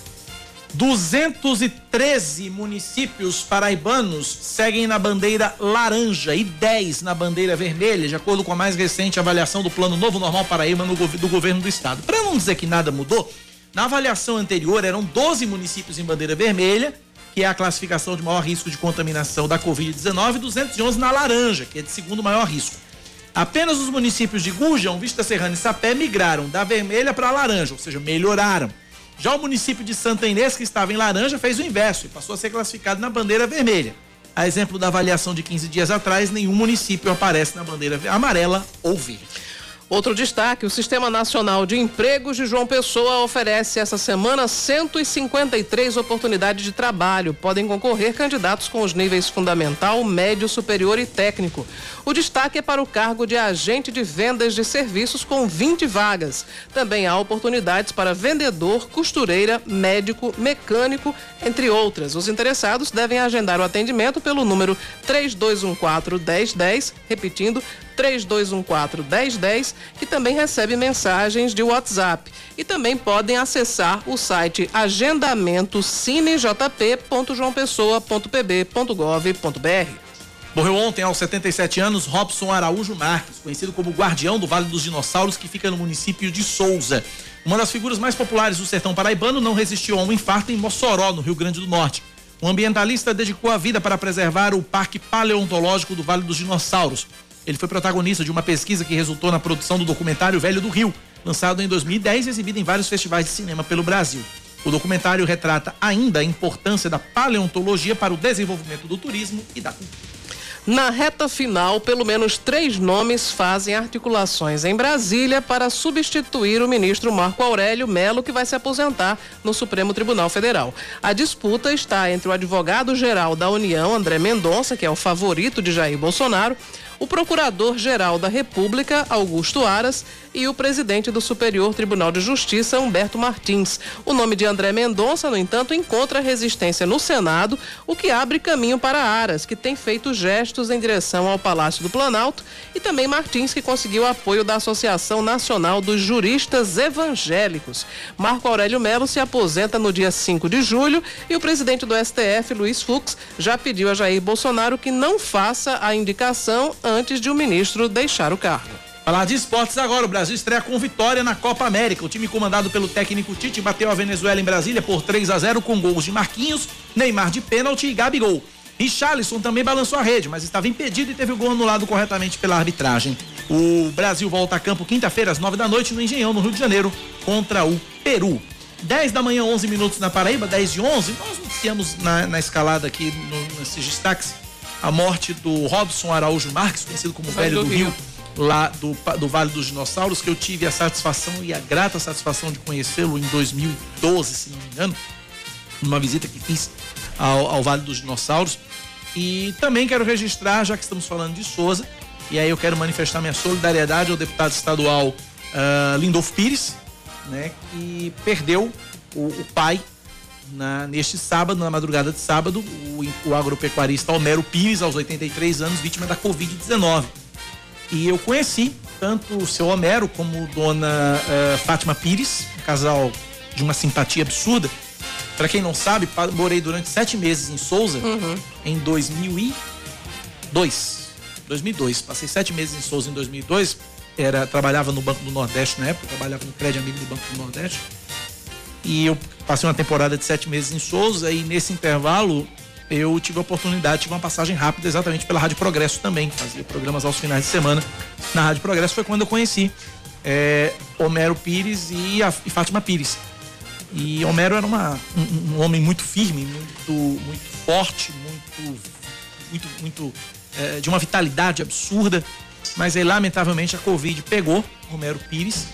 duzentos e treze municípios paraibanos seguem na bandeira laranja e dez na bandeira vermelha, de acordo com a mais recente avaliação do Plano Novo Normal Paraíba no, do governo do estado. Para não dizer que nada mudou, na avaliação anterior eram doze municípios em bandeira vermelha, que é a classificação de maior risco de contaminação da covid dezenove, e duzentos e onze na laranja, que é de segundo maior risco. Apenas os municípios de Gurjão, Vista Serrana e Sapé migraram da vermelha para a laranja, ou seja, melhoraram. Já o município de Santa Inês, que estava em laranja, fez o inverso e passou a ser classificado na bandeira vermelha. A exemplo da avaliação de quinze dias atrás, nenhum município aparece na bandeira amarela ou verde. Outro destaque, o Sistema Nacional de Empregos de João Pessoa oferece essa semana cento e cinquenta e três oportunidades de trabalho. Podem concorrer candidatos com os níveis fundamental, médio, superior e técnico. O destaque é para o cargo de agente de vendas de serviços com vinte vagas. Também há oportunidades para vendedor, costureira, médico, mecânico, entre outras. Os interessados devem agendar o atendimento pelo número três dois um quatro, um zero um zero, repetindo, três dois um quatro, um zero um zero, que também recebe mensagens de WhatsApp. E também podem acessar o site agendamento cinejp ponto joão pessoa ponto p b ponto gov ponto b r. Morreu ontem, aos setenta e sete anos, Robson Araújo Marques, conhecido como Guardião do Vale dos Dinossauros, que fica no município de Souza. Uma das figuras mais populares do sertão paraibano, não resistiu a um infarto em Mossoró, no Rio Grande do Norte. Um ambientalista dedicou a vida para preservar o Parque Paleontológico do Vale dos Dinossauros. Ele foi protagonista de uma pesquisa que resultou na produção do documentário Velho do Rio, lançado em dois mil e dez e exibido em vários festivais de cinema pelo Brasil. O documentário retrata ainda a importância da paleontologia para o desenvolvimento do turismo e da cultura. Na reta final, pelo menos três nomes fazem articulações em Brasília para substituir o ministro Marco Aurélio Melo, que vai se aposentar no Supremo Tribunal Federal. A disputa está entre o advogado-geral da União, André Mendonça, que é o favorito de Jair Bolsonaro, o Procurador-Geral da República, Augusto Aras, e o presidente do Superior Tribunal de Justiça, Humberto Martins. O nome de André Mendonça, no entanto, encontra resistência no Senado, o que abre caminho para Aras, que tem feito gestos em direção ao Palácio do Planalto, e também Martins, que conseguiu apoio da Associação Nacional dos Juristas Evangélicos. Marco Aurélio Melo se aposenta no dia cinco de julho e o presidente do S T F, Luiz Fux, já pediu a Jair Bolsonaro que não faça a indicação antes de o ministro deixar o cargo. Falar de esportes agora, o Brasil estreia com vitória na Copa América. O time comandado pelo técnico Tite bateu a Venezuela em Brasília por três a zero com gols de Marquinhos, Neymar de pênalti e Gabigol. Richarlison também balançou a rede, mas estava impedido e teve o gol anulado corretamente pela arbitragem. O Brasil volta a campo quinta-feira às nove da noite no Engenhão, no Rio de Janeiro, contra o Peru. dez da manhã, onze minutos na Paraíba, dez e onze. Nós noticiamos na, na escalada aqui, no, nesses destaques, a morte do Robson Araújo Marques, conhecido como Velho do Rio, lá do, do Vale dos Dinossauros, que eu tive a satisfação e a grata satisfação de conhecê-lo em dois mil e doze, se não me engano, numa visita que fiz ao, ao Vale dos Dinossauros. E também quero registrar, já que estamos falando de Souza, e aí eu quero manifestar minha solidariedade ao deputado estadual uh, Lindolfo Pires, né, que perdeu o, o pai Na, neste sábado, na madrugada de sábado, o, o agropecuarista Homero Pires, aos oitenta e três anos, vítima da covid dezenove. E eu conheci tanto o seu Homero como dona uh, Fátima Pires, um casal de uma simpatia absurda. Para quem não sabe, morei durante sete meses em Souza, uhum. em dois mil e dois. dois mil e dois. Passei sete meses em Souza em dois mil e dois. Era, trabalhava no Banco do Nordeste na época, trabalhava no Crédito Amigo do Banco do Nordeste. E eu passei uma temporada de sete meses em Souza e nesse intervalo eu tive a oportunidade, tive uma passagem rápida exatamente pela Rádio Progresso também, fazia programas aos finais de semana na Rádio Progresso, foi quando eu conheci é, Homero Pires e, a, e Fátima Pires. E Homero era uma, um, um homem muito firme, muito, muito forte, muito, muito, muito é, de uma vitalidade absurda, mas aí lamentavelmente a Covid pegou Homero Pires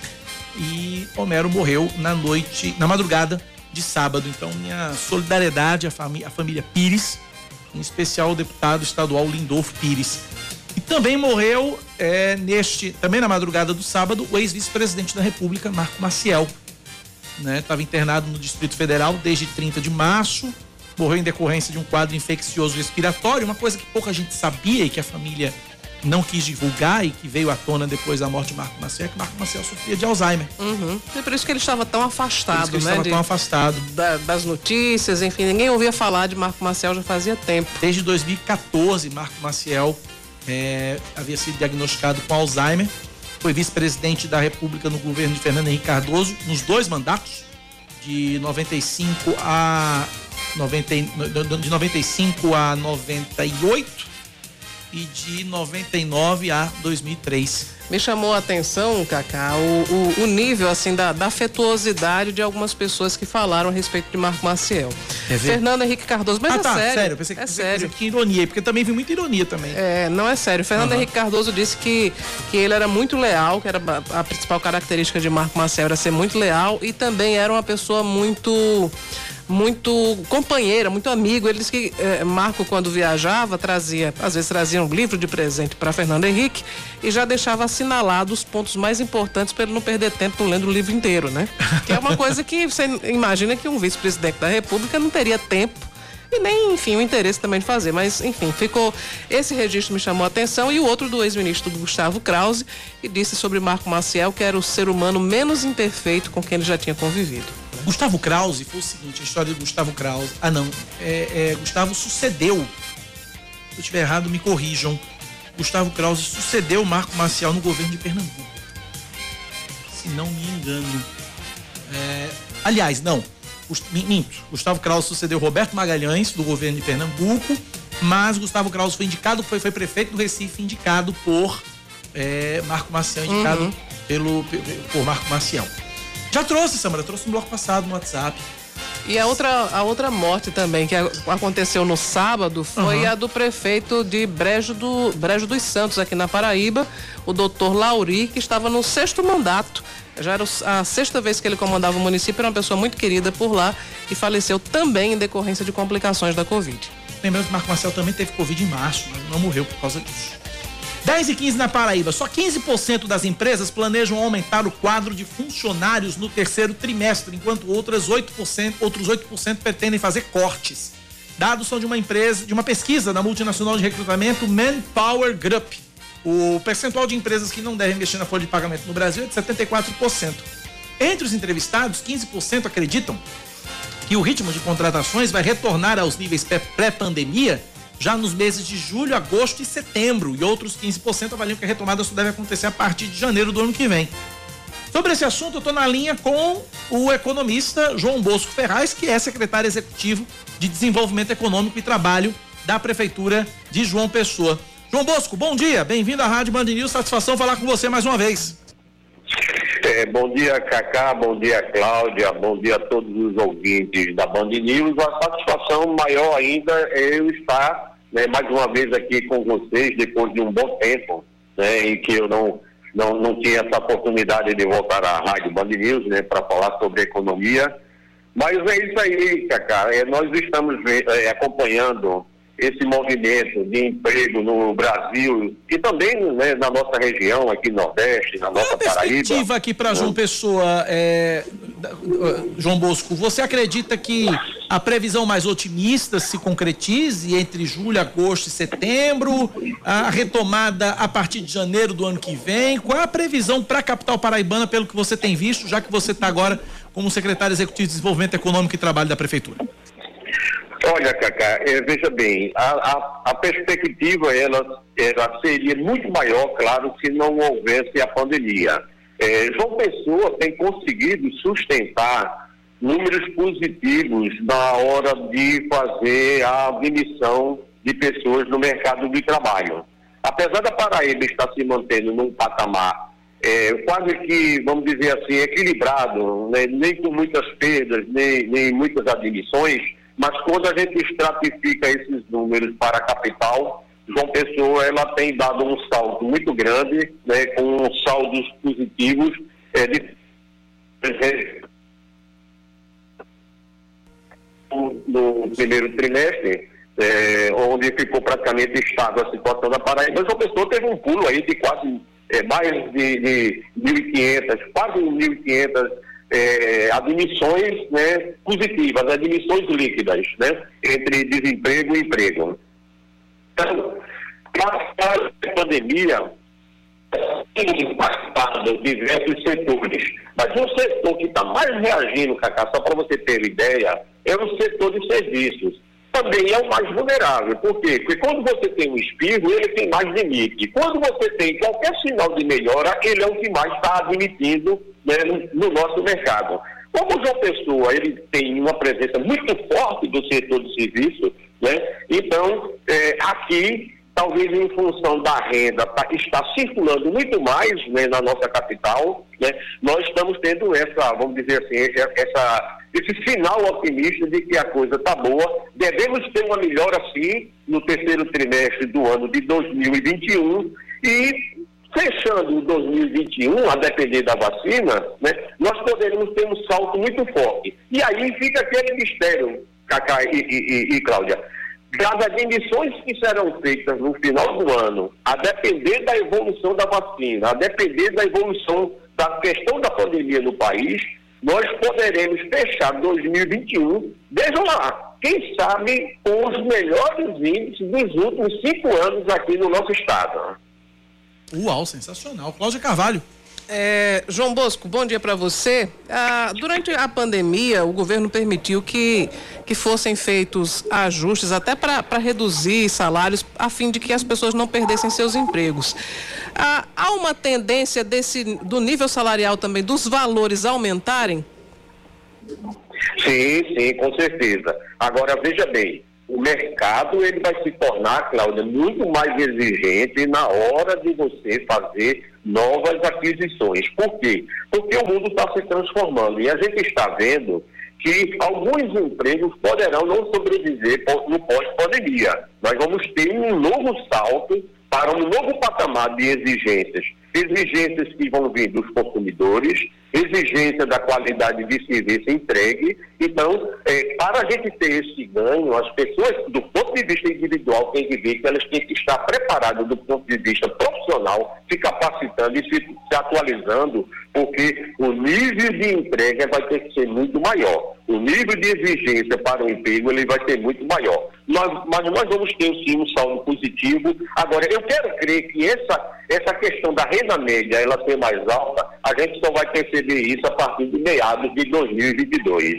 e Homero morreu na noite, na madrugada de sábado. Então minha solidariedade à, fami- à família Pires, em especial o deputado estadual Lindolfo Pires. E também morreu é, neste, também na madrugada do sábado, o ex-vice-presidente da República, Marco Maciel, né? Estava internado no Distrito Federal desde trinta de março, morreu em decorrência de um quadro infeccioso respiratório, uma coisa que pouca gente sabia e que a família não quis divulgar e que veio à tona depois da morte de Marco Maciel, que Marco Maciel sofria de Alzheimer. Uhum. É por isso que ele estava tão afastado, por isso que ele né? estava de, tão afastado. Da, das notícias, enfim, ninguém ouvia falar de Marco Maciel já fazia tempo. Desde dois mil e quatorze, Marco Maciel é, havia sido diagnosticado com Alzheimer, foi vice-presidente da República no governo de Fernando Henrique Cardoso, nos dois mandatos, de noventa e cinco a noventa, de noventa e cinco a noventa e oito e de noventa e nove a dois mil e três. Me chamou a atenção, Cacá, o, o, o nível assim da, da afetuosidade de algumas pessoas que falaram a respeito de Marco Maciel. É Fernando Henrique Cardoso, mas ah, é tá, sério. sério, eu pensei que, é pensei, sério. pensei que ironia, porque também vi muita ironia também. É, não é sério. Fernando Uhum. Henrique Cardoso disse que, que ele era muito leal, que era a principal característica de Marco Maciel era ser muito leal e também era uma pessoa muito muito companheira, muito amigo. Ele disse que eh, Marco, quando viajava, trazia, às vezes trazia um livro de presente para Fernando Henrique e já deixava assinalado os pontos mais importantes para ele não perder tempo lendo o livro inteiro, né? Que é uma coisa que você imagina que um vice-presidente da República não teria tempo e nem, enfim, o interesse também de fazer, mas, enfim, ficou, esse registro me chamou a atenção e o outro do ex-ministro Gustavo Krause, que disse sobre Marco Maciel que era o ser humano menos imperfeito com quem ele já tinha convivido. Gustavo Krause, foi o seguinte, a história de Gustavo Krause, ah não, é, é, Gustavo sucedeu, se eu estiver errado me corrijam, Gustavo Krause sucedeu Marco Maciel no governo de Pernambuco, se não me engano, é, aliás, não, minto, Gustavo Krause sucedeu Roberto Magalhães do governo de Pernambuco, mas Gustavo Krause foi indicado, foi, foi prefeito do Recife, indicado por é, Marco Maciel, indicado uhum. pelo, por Marco Maciel. Já trouxe, Samara, trouxe no bloco passado no WhatsApp. E a outra, a outra morte também que aconteceu no sábado foi uhum. a do prefeito de Brejo, do, Brejo dos Santos, aqui na Paraíba, o doutor Lauri, que estava no sexto mandato. Já era a sexta vez que ele comandava o município, era uma pessoa muito querida por lá e faleceu também em decorrência de complicações da Covid. Lembrando que Marco Maciel também teve Covid em março, mas não morreu por causa disso. dez e quinze na Paraíba, só quinze por cento das empresas planejam aumentar o quadro de funcionários no terceiro trimestre, enquanto outras oito por cento, outros oito por cento pretendem fazer cortes. Dados são de uma empresa, de uma pesquisa da multinacional de recrutamento Manpower Group. O percentual de empresas que não devem mexer na folha de pagamento no Brasil é de setenta e quatro por cento. Entre os entrevistados, quinze por cento acreditam que o ritmo de contratações vai retornar aos níveis pré-pandemia já nos meses de julho, agosto e setembro, e outros quinze por cento avaliam que a retomada só deve acontecer a partir de janeiro do ano que vem. Sobre esse assunto, eu estou na linha com o economista João Bosco Ferraz, que é secretário executivo de Desenvolvimento Econômico e Trabalho da Prefeitura de João Pessoa. João Bosco, bom dia, bem-vindo à Rádio Band News, satisfação falar com você mais uma vez. É, bom dia, Cacá, bom dia, Cláudia, bom dia a todos os ouvintes da Band News. A satisfação maior ainda é eu estar, né, mais uma vez aqui com vocês, depois de um bom tempo, né, em que eu não, não, não tinha essa oportunidade de voltar à Rádio Band News, né, para falar sobre economia. Mas é isso aí, Cacá, é, nós estamos é, acompanhando esse movimento de emprego no Brasil e também, né, na nossa região, aqui no Nordeste, na nossa Paraíba. Qual a perspectiva aqui para João Pessoa, é, João Bosco? Você acredita que a previsão mais otimista se concretize entre julho, agosto e setembro? A retomada a partir de janeiro do ano que vem? Qual é a previsão para a capital paraibana, pelo que você tem visto, já que você está agora como secretário executivo de Desenvolvimento Econômico e Trabalho da Prefeitura? Olha, Cacá, é, veja bem, a, a, a perspectiva ela, ela seria muito maior, claro, se não houvesse a pandemia. É, João Pessoa tem conseguido sustentar números positivos na hora de fazer a admissão de pessoas no mercado de trabalho. Apesar da Paraíba estar se mantendo num patamar é, quase que, vamos dizer assim, equilibrado, né? Nem com muitas perdas, nem, nem muitas admissões, mas quando a gente estratifica esses números para a capital, João Pessoa ela tem dado um salto muito grande, né? Com saldos positivos é, de no primeiro trimestre, é, onde ficou praticamente estável a situação da Paraíba. João Pessoa teve um pulo aí de quase é, mais de, de mil e quinhentas, quase mil e quinhentas é, admissões, né, positivas, admissões líquidas, né, entre desemprego e emprego. Então, a pandemia tem impactado diversos setores, mas o setor que está mais reagindo, Cacá, só para você ter ideia, é o setor de serviços. Também é o mais vulnerável. Por quê? Porque quando você tem um espirro, ele tem mais limite. Quando você tem qualquer sinal de melhora, ele é o que mais está admitindo, né, no, no nosso mercado. Como o João Pessoa ele tem uma presença muito forte do setor de serviço, né, então, é, aqui, talvez em função da renda tá, está circulando muito mais, né, na nossa capital, né, nós estamos tendo essa, vamos dizer assim, essa, esse sinal otimista de que a coisa está boa. Devemos ter uma melhora, sim, no terceiro trimestre do ano de dois mil e vinte e um e, fechando dois mil e vinte e um, a depender da vacina, né, nós poderemos ter um salto muito forte. E aí fica aquele mistério, Cacá e, e, e Cláudia. Das admissões que serão feitas no final do ano, a depender da evolução da vacina, a depender da evolução da questão da pandemia no país, nós poderemos fechar dois mil e vinte e um, vejam lá, quem sabe com os melhores índices dos últimos cinco anos aqui no nosso estado. Uau, sensacional. Cláudia Carvalho. É, João Bosco, bom dia para você. Ah, durante a pandemia, o governo permitiu que, que fossem feitos ajustes até para reduzir salários, a fim de que as pessoas não perdessem seus empregos. Ah, há uma tendência desse, do nível salarial também, dos valores aumentarem? Sim, sim, com certeza. Agora, veja bem, o mercado ele vai se tornar, Cláudia, muito mais exigente na hora de você fazer novas aquisições. Por quê? Porque o mundo está se transformando e a gente está vendo que alguns empregos poderão não sobreviver no pós-pandemia. Nós vamos ter um novo salto para um novo patamar de exigências. Exigências que vão vir dos consumidores, exigência da qualidade de serviço entregue. Então, é, para a gente ter esse ganho, as pessoas, do ponto de vista individual, têm que ver que elas têm que estar preparadas do ponto de vista profissional, se capacitando e se, se atualizando, porque o nível de entrega vai ter que ser muito maior. O nível de exigência para o emprego ele vai ser muito maior. Nós, mas nós vamos ter, sim, um saldo positivo. Agora, eu quero crer que essa, essa questão da renda média ela ser mais alta, a gente só vai perceber isso a partir de meados de dois mil e vinte e dois.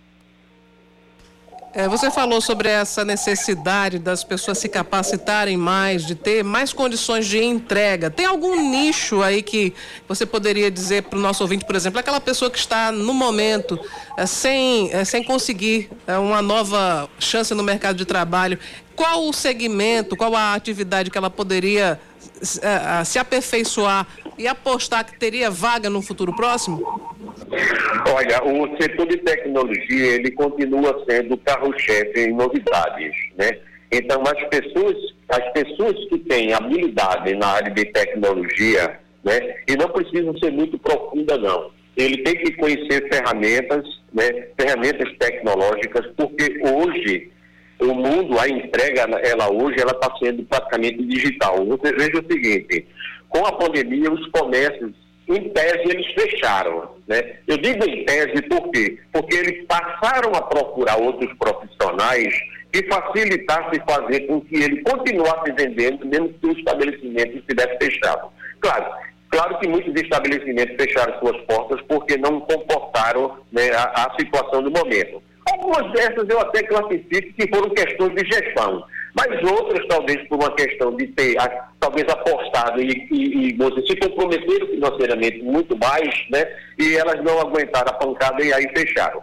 É, você falou sobre essa necessidade das pessoas se capacitarem mais, de ter mais condições de entrega. Tem algum nicho aí que você poderia dizer para o nosso ouvinte, por exemplo, aquela pessoa que está no momento é, sem, é, sem conseguir é, uma nova chance no mercado de trabalho, qual o segmento, qual a atividade que ela poderia é, se aperfeiçoar e apostar que teria vaga no futuro próximo? Olha, o setor de tecnologia, ele continua sendo o carro-chefe em novidades, né? Então, as pessoas, as pessoas que têm habilidade na área de tecnologia, né? E não precisam ser muito profunda, não. Ele tem que conhecer ferramentas, né? Ferramentas tecnológicas, porque hoje, o mundo, a entrega, ela hoje, ela está sendo praticamente digital. Você veja o seguinte, com a pandemia, os comércios, em tese, eles fecharam, né? Eu digo em tese por quê? Porque eles passaram a procurar outros profissionais que facilitassem fazer com que ele continuasse vendendo, mesmo que o estabelecimento estivesse fechado. Claro, claro que muitos estabelecimentos fecharam suas portas porque não comportaram, né, a, a situação do momento. Algumas dessas eu até classifico que foram questões de gestão, mas outras talvez por uma questão de ter, talvez apostado e, e, e você, se comprometeram financeiramente muito mais, né? E elas não aguentaram a pancada e aí fecharam.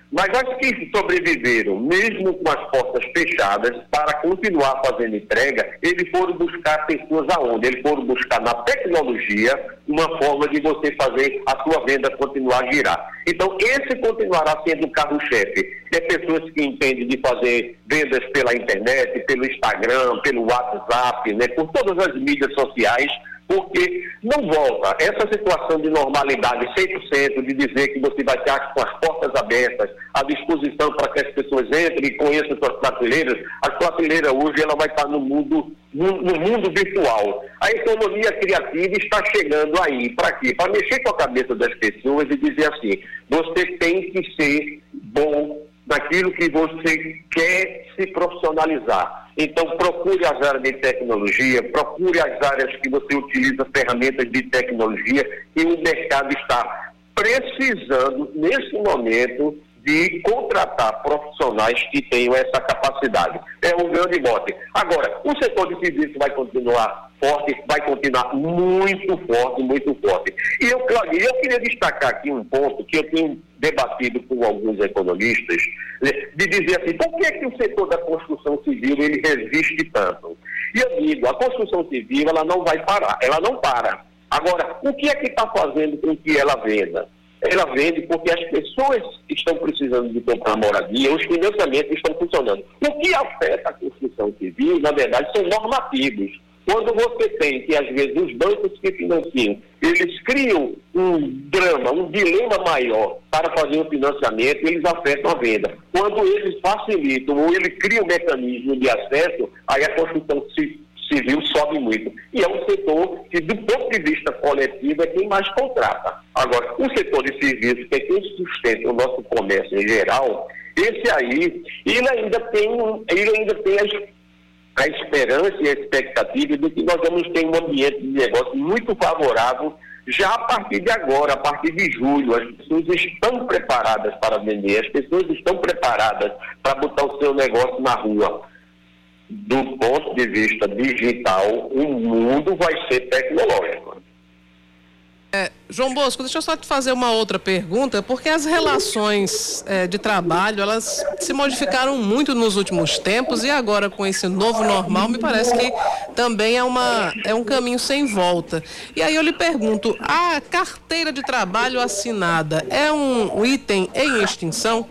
Mas as que sobreviveram, mesmo com as portas fechadas, para continuar fazendo entrega, eles foram buscar pessoas aonde? Eles foram buscar na tecnologia uma forma de você fazer a sua venda continuar a girar. Então, esse continuará sendo o carro-chefe. É pessoas que entendem de fazer vendas pela internet, pelo Instagram, pelo WhatsApp, né, por todas as mídias sociais, porque não volta. Essa situação de normalidade cem por cento, de dizer que você vai estar com as portas abertas, à disposição para que as pessoas entrem e conheçam suas prateleiras, a prateleira hoje ela vai estar no mundo, no, no mundo virtual. A economia criativa está chegando aí. Para quê? Para mexer com a cabeça das pessoas e dizer assim, você tem que ser bom naquilo que você quer se profissionalizar. Então, procure as áreas de tecnologia, procure as áreas que você utiliza ferramentas de tecnologia e o mercado está precisando, nesse momento, de contratar profissionais que tenham essa capacidade. É um grande mote. Agora, o setor de serviço vai continuar forte, vai continuar muito forte, muito forte. E eu, Claudio, eu queria destacar aqui um ponto que eu tenho debatido com alguns economistas, de dizer assim, por que é que o setor da construção civil ele resiste tanto? E eu digo, a construção civil ela não vai parar, ela não para. Agora, o que é que está fazendo com que ela venda? Ela vende porque as pessoas estão precisando de comprar moradia, os financiamentos estão funcionando. O que afeta a construção civil, na verdade, são normativos. Quando você tem que, às vezes, os bancos que financiam, eles criam um drama, um dilema maior para fazer o financiamento, eles afetam a venda. Quando eles facilitam ou ele cria um mecanismo de acesso, aí a construção civil sobe muito. E é um setor que, do ponto de vista coletivo, é quem mais contrata. Agora, o setor de serviços, que é quem sustenta o nosso comércio em geral, esse aí, ele ainda tem, ele ainda tem as a esperança e a expectativa de que nós vamos ter um ambiente de negócio muito favorável já a partir de agora, a partir de julho. As pessoas estão preparadas para vender, as pessoas estão preparadas para botar o seu negócio na rua. Do ponto de vista digital, o mundo vai ser tecnológico. É, João Bosco, deixa eu só te fazer uma outra pergunta, porque as relações é, de trabalho, elas se modificaram muito nos últimos tempos e agora com esse novo normal, me parece que também é, uma, é um caminho sem volta. E aí eu lhe pergunto, a carteira de trabalho assinada é um item em extinção?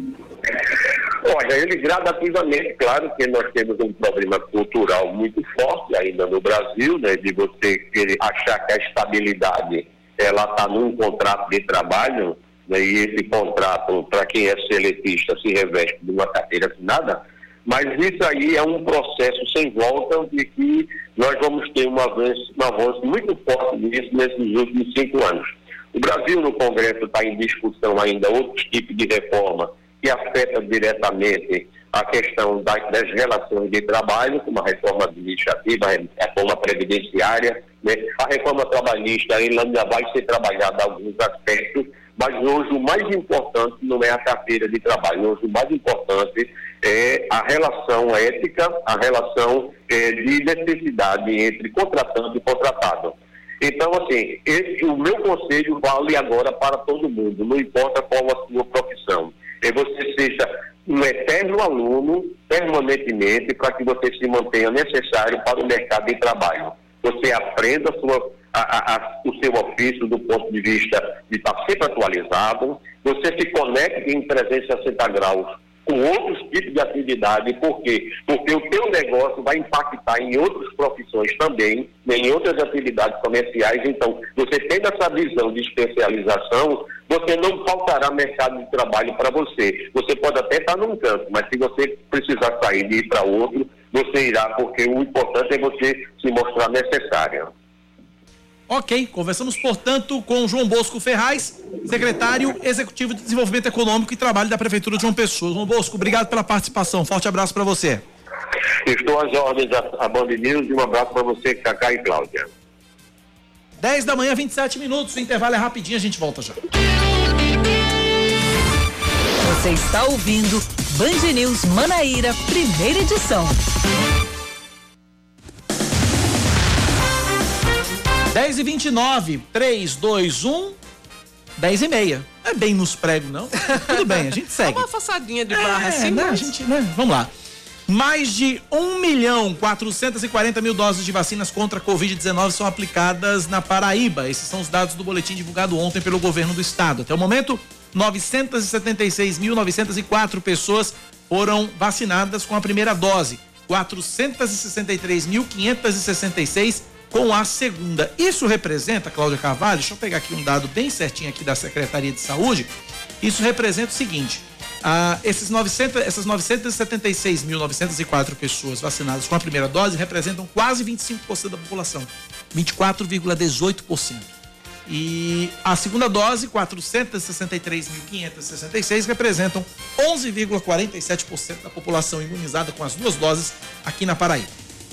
Olha, ele gradativamente, claro que nós temos um problema cultural muito forte ainda no Brasil, né, de você querer achar que a estabilidade ela está num contrato de trabalho, né, e esse contrato, para quem é seletista, se reveste de uma carteira assinada, mas isso aí é um processo sem volta de que nós vamos ter um avanço, um avanço muito forte nisso nesses últimos cinco anos. O Brasil, no Congresso, está em discussão ainda outros tipos de reforma que afeta diretamente a questão das, das relações de trabalho, como a reforma administrativa, a reforma previdenciária, né? A reforma trabalhista ainda vai ser trabalhada em alguns aspectos, mas hoje o mais importante não é a carteira de trabalho, hoje o mais importante é a relação ética, a relação é, de necessidade entre contratante e contratado. Então, assim, esse, o meu conselho vale agora para todo mundo, não importa qual a sua profissão. É você seja um eterno aluno, permanentemente, para que você se mantenha necessário para o mercado de trabalho. Você aprenda a sua, a, a, o seu ofício do ponto de vista de estar sempre atualizado, você se conecte em trezentos e sessenta graus com outros tipos de atividade. Por quê? Porque o teu negócio vai impactar em outras profissões também, em outras atividades comerciais. Então, você tendo essa visão de especialização, você não faltará mercado de trabalho para você. Você pode até estar num canto, mas se você precisar sair e ir para outro, você irá, porque o importante é você se mostrar necessária. Ok, conversamos, portanto, com João Bosco Ferraz, secretário executivo de Desenvolvimento Econômico e Trabalho da Prefeitura de João Pessoa. João Bosco, obrigado pela participação. Forte abraço para você. Estou às ordens da Band News e um abraço para você, Cacá e Cláudia. dez da manhã, vinte e sete minutos. O intervalo é rapidinho, a gente volta já. Você está ouvindo Band News Manaíra, primeira edição. dez e vinte e nove, três, dois, um, dez e meia. é bem nos pregos, não. Tudo bem, a gente segue. É uma façadinha de barra é, assim, né? mas... A gente, né? Vamos lá. Mais de um milhão quatrocentos e quarenta mil doses de vacinas contra a covid dezenove são aplicadas na Paraíba. Esses são os dados do boletim divulgado ontem pelo governo do estado. Até o momento, novecentos e setenta e seis mil novecentos e quatro pessoas foram vacinadas com a primeira dose. quatrocentos e sessenta e três mil quinhentos e sessenta e seis com a segunda. Isso representa, Cláudia Carvalho, deixa eu pegar aqui um dado bem certinho aqui da Secretaria de Saúde. Isso representa o seguinte: ah, esses novecentos, essas novecentos e setenta e seis mil novecentos e quatro pessoas vacinadas com a primeira dose representam quase vinte e cinco por cento da população, vinte e quatro vírgula dezoito por cento. E a segunda dose, quatrocentos e sessenta e três mil quinhentos e sessenta e seis, representam onze vírgula quarenta e sete por cento da população imunizada com as duas doses aqui na Paraíba.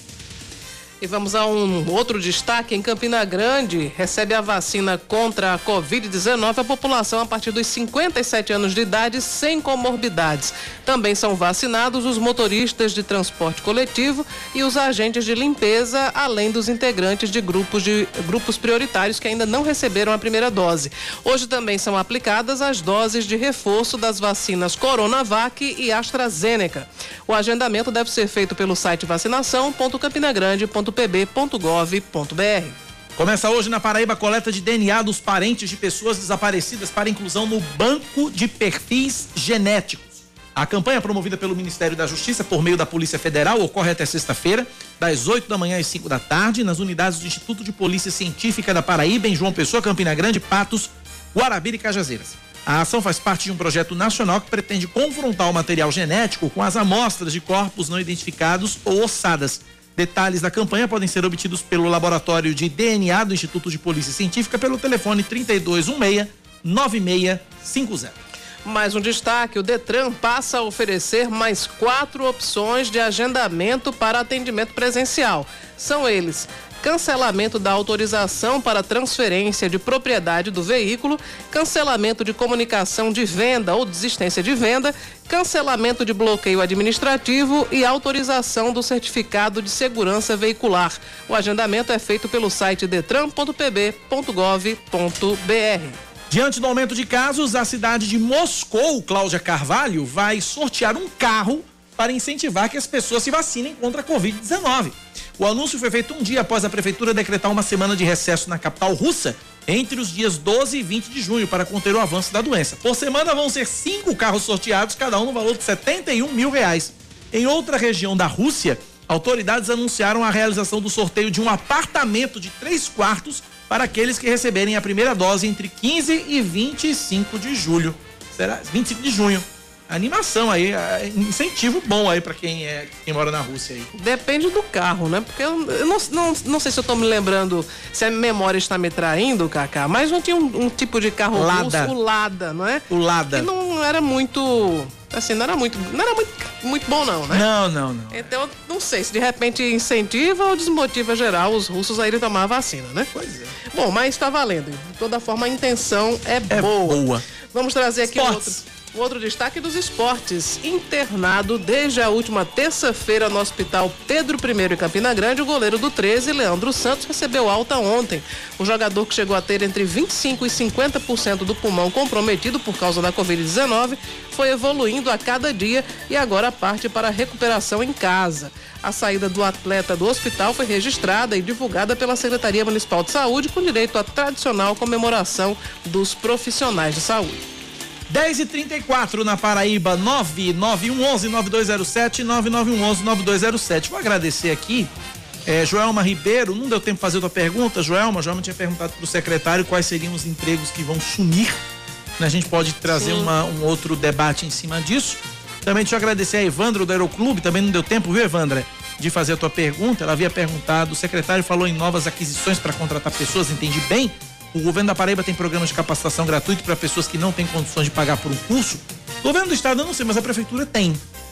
E vamos a um outro destaque. Em Campina Grande, recebe a vacina contra a covid dezenove a população a partir dos cinquenta e sete anos de idade sem comorbidades. Também são vacinados os motoristas de transporte coletivo e os agentes de limpeza, além dos integrantes de grupos, de, grupos prioritários que ainda não receberam a primeira dose. Hoje também são aplicadas as doses de reforço das vacinas Coronavac e AstraZeneca. O agendamento deve ser feito pelo site vacinação ponto campina grande ponto p b ponto gov ponto b r. Começa hoje na Paraíba a coleta de D N A dos parentes de pessoas desaparecidas para inclusão no Banco de Perfis Genéticos. A campanha promovida pelo Ministério da Justiça por meio da Polícia Federal ocorre até sexta-feira, das oito da manhã às cinco da tarde, nas unidades do Instituto de Polícia Científica da Paraíba, em João Pessoa, Campina Grande, Patos, Guarabira e Cajazeiras. A ação faz parte de um projeto nacional que pretende confrontar o material genético com as amostras de corpos não identificados ou ossadas. Detalhes da campanha podem ser obtidos pelo Laboratório de D N A do Instituto de Polícia Científica pelo telefone trinta e dois um seis, nove seis cinco zero. Mais um destaque: o Detran passa a oferecer mais quatro opções de agendamento para atendimento presencial. São eles: cancelamento da autorização para transferência de propriedade do veículo, cancelamento de comunicação de venda ou desistência de venda, cancelamento de bloqueio administrativo e autorização do certificado de segurança veicular. O agendamento é feito pelo site detran ponto p b ponto gov ponto b r. Diante do aumento de casos, a cidade de Moscou, Cláudia Carvalho, vai sortear um carro para incentivar que as pessoas se vacinem contra a covid dezenove. O anúncio foi feito um dia após a prefeitura decretar uma semana de recesso na capital russa entre os dias doze e vinte de junho para conter o avanço da doença. Por semana vão ser cinco carros sorteados, cada um no valor de setenta e um mil reais. Em outra região da Rússia, autoridades anunciaram a realização do sorteio de um apartamento de três quartos para aqueles que receberem a primeira dose entre quinze e vinte e cinco de julho. Será? vinte e cinco de junho. Animação aí, incentivo bom aí pra quem é quem mora na Rússia aí. Depende do carro, né? Porque eu, eu não, não, não sei se eu tô me lembrando, se a memória está me traindo, Cacá, mas não tinha um, um tipo de carro Lada. russo, o Lada, não é? O Lada. Que não era muito, assim, não era muito, não era muito, muito bom não, né? Não, não, não. Então, não sei se de repente incentiva ou desmotiva geral os russos a irem tomar a vacina, né? Pois é. Bom, mas está valendo. De toda forma, a intenção é, é boa. boa. Vamos trazer aqui Sports. outro... Outro destaque dos esportes: internado desde a última terça-feira no Hospital Pedro I em Campina Grande, o goleiro do treze, Leandro Santos, recebeu alta ontem. O jogador, que chegou a ter entre vinte e cinco por cento e cinquenta por cento do pulmão comprometido por causa da covid dezenove, foi evoluindo a cada dia e agora parte para a recuperação em casa. A saída do atleta do hospital foi registrada e divulgada pela Secretaria Municipal de Saúde, com direito à tradicional comemoração dos profissionais de saúde. dez e trinta e quatro na Paraíba, nove nove um um nove dois zero sete, nove nove um um nove dois zero sete. Vou agradecer aqui, é, Joelma Ribeiro. Não deu tempo de fazer a tua pergunta, Joelma. Joelma tinha perguntado para o secretário quais seriam os empregos que vão sumir. A gente pode trazer uma, um outro debate em cima disso. Também deixa eu agradecer a Evandra do Aeroclube. Também não deu tempo, viu, Evandra, de fazer a tua pergunta. Ela havia perguntado, o secretário falou em novas aquisições para contratar pessoas, entendi bem. O governo da Paraíba tem programas de capacitação gratuito para pessoas que não têm condições de pagar por um curso. O governo do estado eu não sei, mas a prefeitura tem.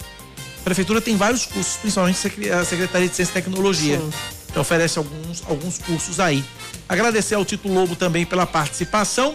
A prefeitura tem vários cursos, principalmente a Secretaria de Ciência e Tecnologia. Sim. Então oferece alguns, alguns cursos aí. Agradecer ao Tito Lobo também pela participação.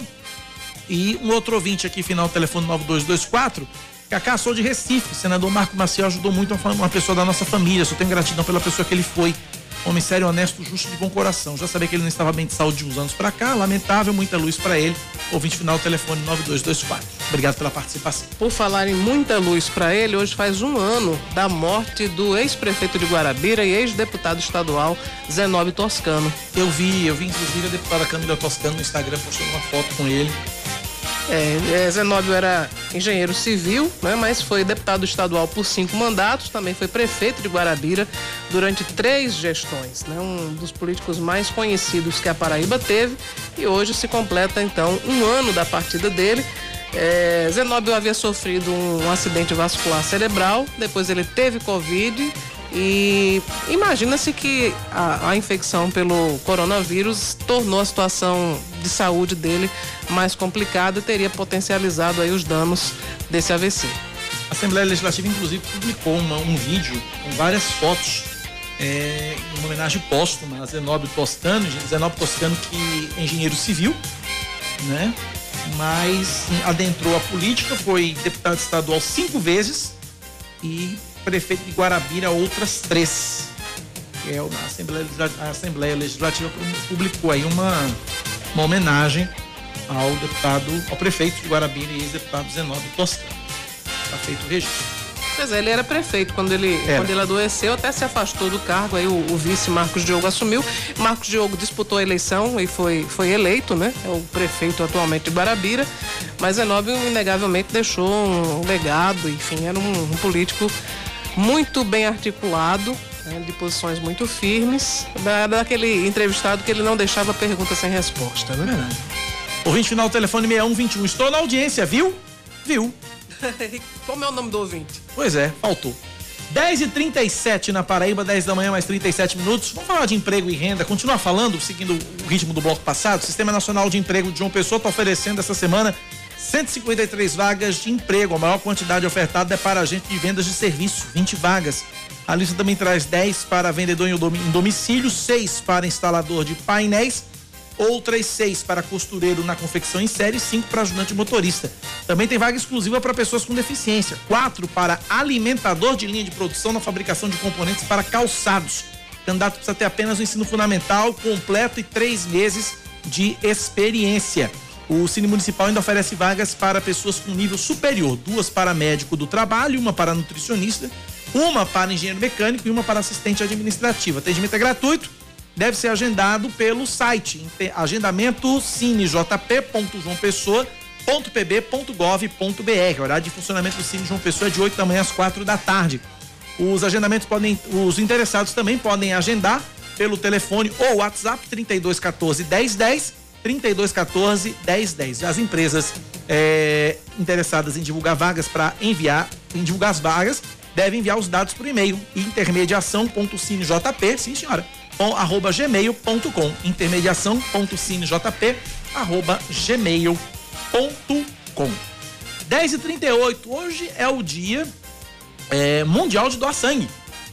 E um outro ouvinte aqui, final do telefone nove dois dois quatro. Cacá, sou de Recife. O senador Marco Maciel ajudou muito uma pessoa da nossa família. Só tenho gratidão pela pessoa que ele foi. Homem sério, honesto, justo e de bom coração. Já sabia que ele não estava bem de saúde de uns anos para cá. Lamentável, muita luz para ele. Ouvinte final, telefone nove dois dois quatro. Obrigado pela participação. Por falar em muita luz para ele, hoje faz um ano da morte do ex-prefeito de Guarabira e ex-deputado estadual Zenóbio Toscano. Eu vi, eu vi inclusive a deputada Cândida Toscano no Instagram postando uma foto com ele. É, Zenóbio era engenheiro civil, né, mas foi deputado estadual por cinco mandatos, também foi prefeito de Guarabira durante três gestões, né, um dos políticos mais conhecidos que a Paraíba teve, e hoje se completa então um ano da partida dele. É, Zenóbio havia sofrido um, um acidente vascular cerebral, depois ele teve Covid e imagina-se que a, a infecção pelo coronavírus tornou a situação de saúde dele mais complicada e teria potencializado aí os danos desse A V C. A Assembleia Legislativa, inclusive, publicou uma, um vídeo com várias fotos é, em uma homenagem póstuma a Zenóbio Toscano, Zenóbio Toscano que é engenheiro civil, né? Mas adentrou a política, foi deputado estadual cinco vezes e prefeito de Guarabira outras três. É, a, Assembleia, a Assembleia Legislativa publicou aí uma, uma homenagem ao deputado, ao prefeito de Guarabira e ex-deputado Zenóbio Toscano. Está feito o registro. Pois é, ele era prefeito quando ele, quando ele adoeceu, até se afastou do cargo, aí o, o vice Marcos Diogo assumiu. Marcos Diogo disputou a eleição e foi, foi eleito, né? É o prefeito atualmente de Guarabira, mas Zenóbio inegavelmente deixou um legado, enfim, era um, um político muito bem articulado, né, de posições muito firmes, da, daquele entrevistado que ele não deixava pergunta sem resposta, né? Verdade. Ouvinte final, telefone seis um dois um. Estou na audiência, viu? Viu? Como é o nome do ouvinte? Pois é, faltou. dez e trinta e sete na Paraíba, dez da manhã, mais trinta e sete minutos. Vamos falar de emprego e renda. Continuar falando, seguindo o ritmo do bloco passado. O Sistema Nacional de Emprego de João Pessoa está oferecendo essa semana cento e cinquenta e três vagas de emprego. A maior quantidade ofertada é para agente de vendas de serviço, vinte vagas. A lista também traz dez para vendedor em domicílio, seis para instalador de painéis, outras seis para costureiro na confecção em série e cinco para ajudante motorista. Também tem vaga exclusiva para pessoas com deficiência, quatro para alimentador de linha de produção na fabricação de componentes para calçados. O candidato precisa ter apenas o ensino fundamental completo e três meses de experiência. O Cine Municipal ainda oferece vagas para pessoas com nível superior, duas para médico do trabalho, uma para nutricionista, uma para engenheiro mecânico e uma para assistente administrativo. Atendimento é gratuito, deve ser agendado pelo site agendamento cinejp ponto joão pessoa ponto p b ponto gov ponto b r. O horário de funcionamento do Cine João Pessoa é de oito da manhã às quatro da tarde. Os agendamentos podem, os interessados também podem agendar pelo telefone ou WhatsApp trinta e dois quatorze, dez dez, trinta e dois quatorze, dez dez. As empresas é, interessadas em divulgar vagas para enviar, em divulgar as vagas, devem enviar os dados por e-mail intermediação ponto cinejp, sim senhora, arroba gmail ponto com, intermediação ponto cinejp arroba gmail ponto com. dez e trinta e oito, hoje é o dia é, mundial de doar sangue.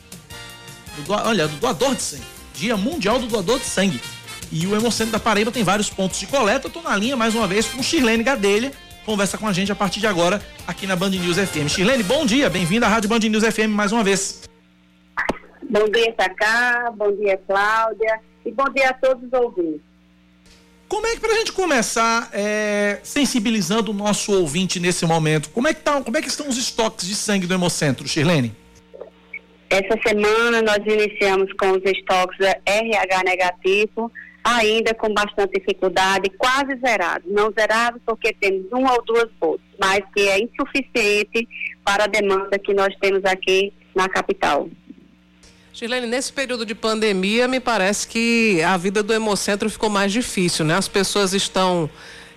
Do doa, olha, do doador de sangue. Dia mundial do doador de sangue. E o Hemocentro da Paraíba tem vários pontos de coleta. Eu tô na linha mais uma vez com Shirlene Gadelha. Conversa com a gente a partir de agora aqui na Band News F M. Shirlene, bom dia, bem-vinda à Rádio Band News F M mais uma vez. Bom dia, Cacá, bom dia, Cláudia, e bom dia a todos os ouvintes. Como é que, pra gente começar é, sensibilizando o nosso ouvinte nesse momento, como é que tá, como é que estão os estoques de sangue do Hemocentro, Shirlene? Essa semana nós iniciamos com os estoques R H negativo, ainda com bastante dificuldade, quase zerado. Não zerado porque temos uma ou duas bolsas, mas que é insuficiente para a demanda que nós temos aqui na capital. Shirlene, nesse período de pandemia, me parece que a vida do Hemocentro ficou mais difícil, né? As pessoas estão,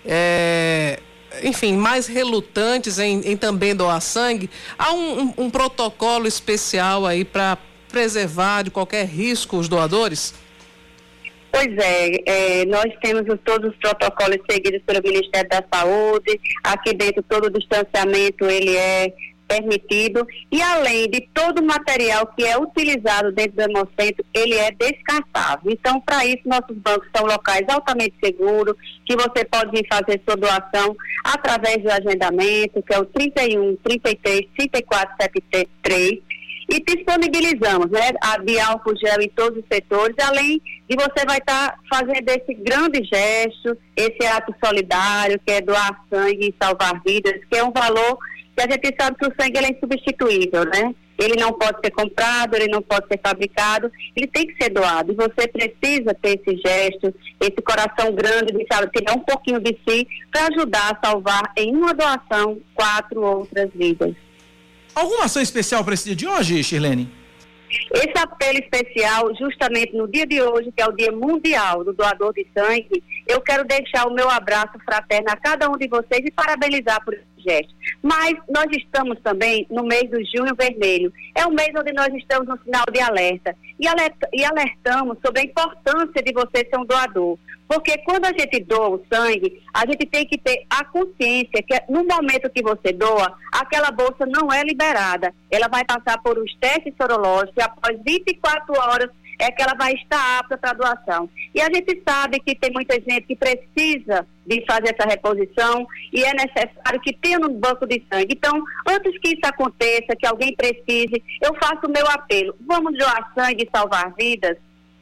é, enfim, mais relutantes em, em também doar sangue. Há um, um, um protocolo especial aí para preservar de qualquer risco os doadores? Pois é, é, nós temos todos os protocolos seguidos pelo Ministério da Saúde. Aqui dentro todo o distanciamento ele é permitido, e além de todo o material que é utilizado dentro do Hemocentro, ele é descartável. Então, para isso, nossos bancos são locais altamente seguros, que você pode vir fazer sua doação através do agendamento, que é o trinta e um, trinta e três, trinta e quatro, setenta e três, E disponibilizamos, né, a de álcool gel em todos os setores, além de você vai estar tá fazendo esse grande gesto, esse ato solidário, que é doar sangue e salvar vidas, que é um valor que a gente sabe que o sangue ele é insubstituível, né? Ele não pode ser comprado, ele não pode ser fabricado, ele tem que ser doado. E você precisa ter esse gesto, esse coração grande de sabe, tirar um pouquinho de si para ajudar a salvar em uma doação quatro outras vidas. Alguma ação especial para esse dia de hoje, Shirlene? Esse apelo especial, justamente no dia de hoje, que é o Dia Mundial do Doador de Sangue, eu quero deixar o meu abraço fraterno a cada um de vocês e parabenizar por esse gesto. Mas nós estamos também no mês do Junho Vermelho. É um mês onde nós estamos no sinal de alerta. E, alerta, e alertamos sobre a importância de você ser um doador. Porque quando a gente doa o sangue, a gente tem que ter a consciência que no momento que você doa, aquela bolsa não é liberada. Ela vai passar por os testes sorológicos e após vinte e quatro horas é que ela vai estar apta para doação. E a gente sabe que tem muita gente que precisa de fazer essa reposição e é necessário que tenha no banco de sangue. Então, antes que isso aconteça, que alguém precise, eu faço o meu apelo. Vamos doar sangue e salvar vidas?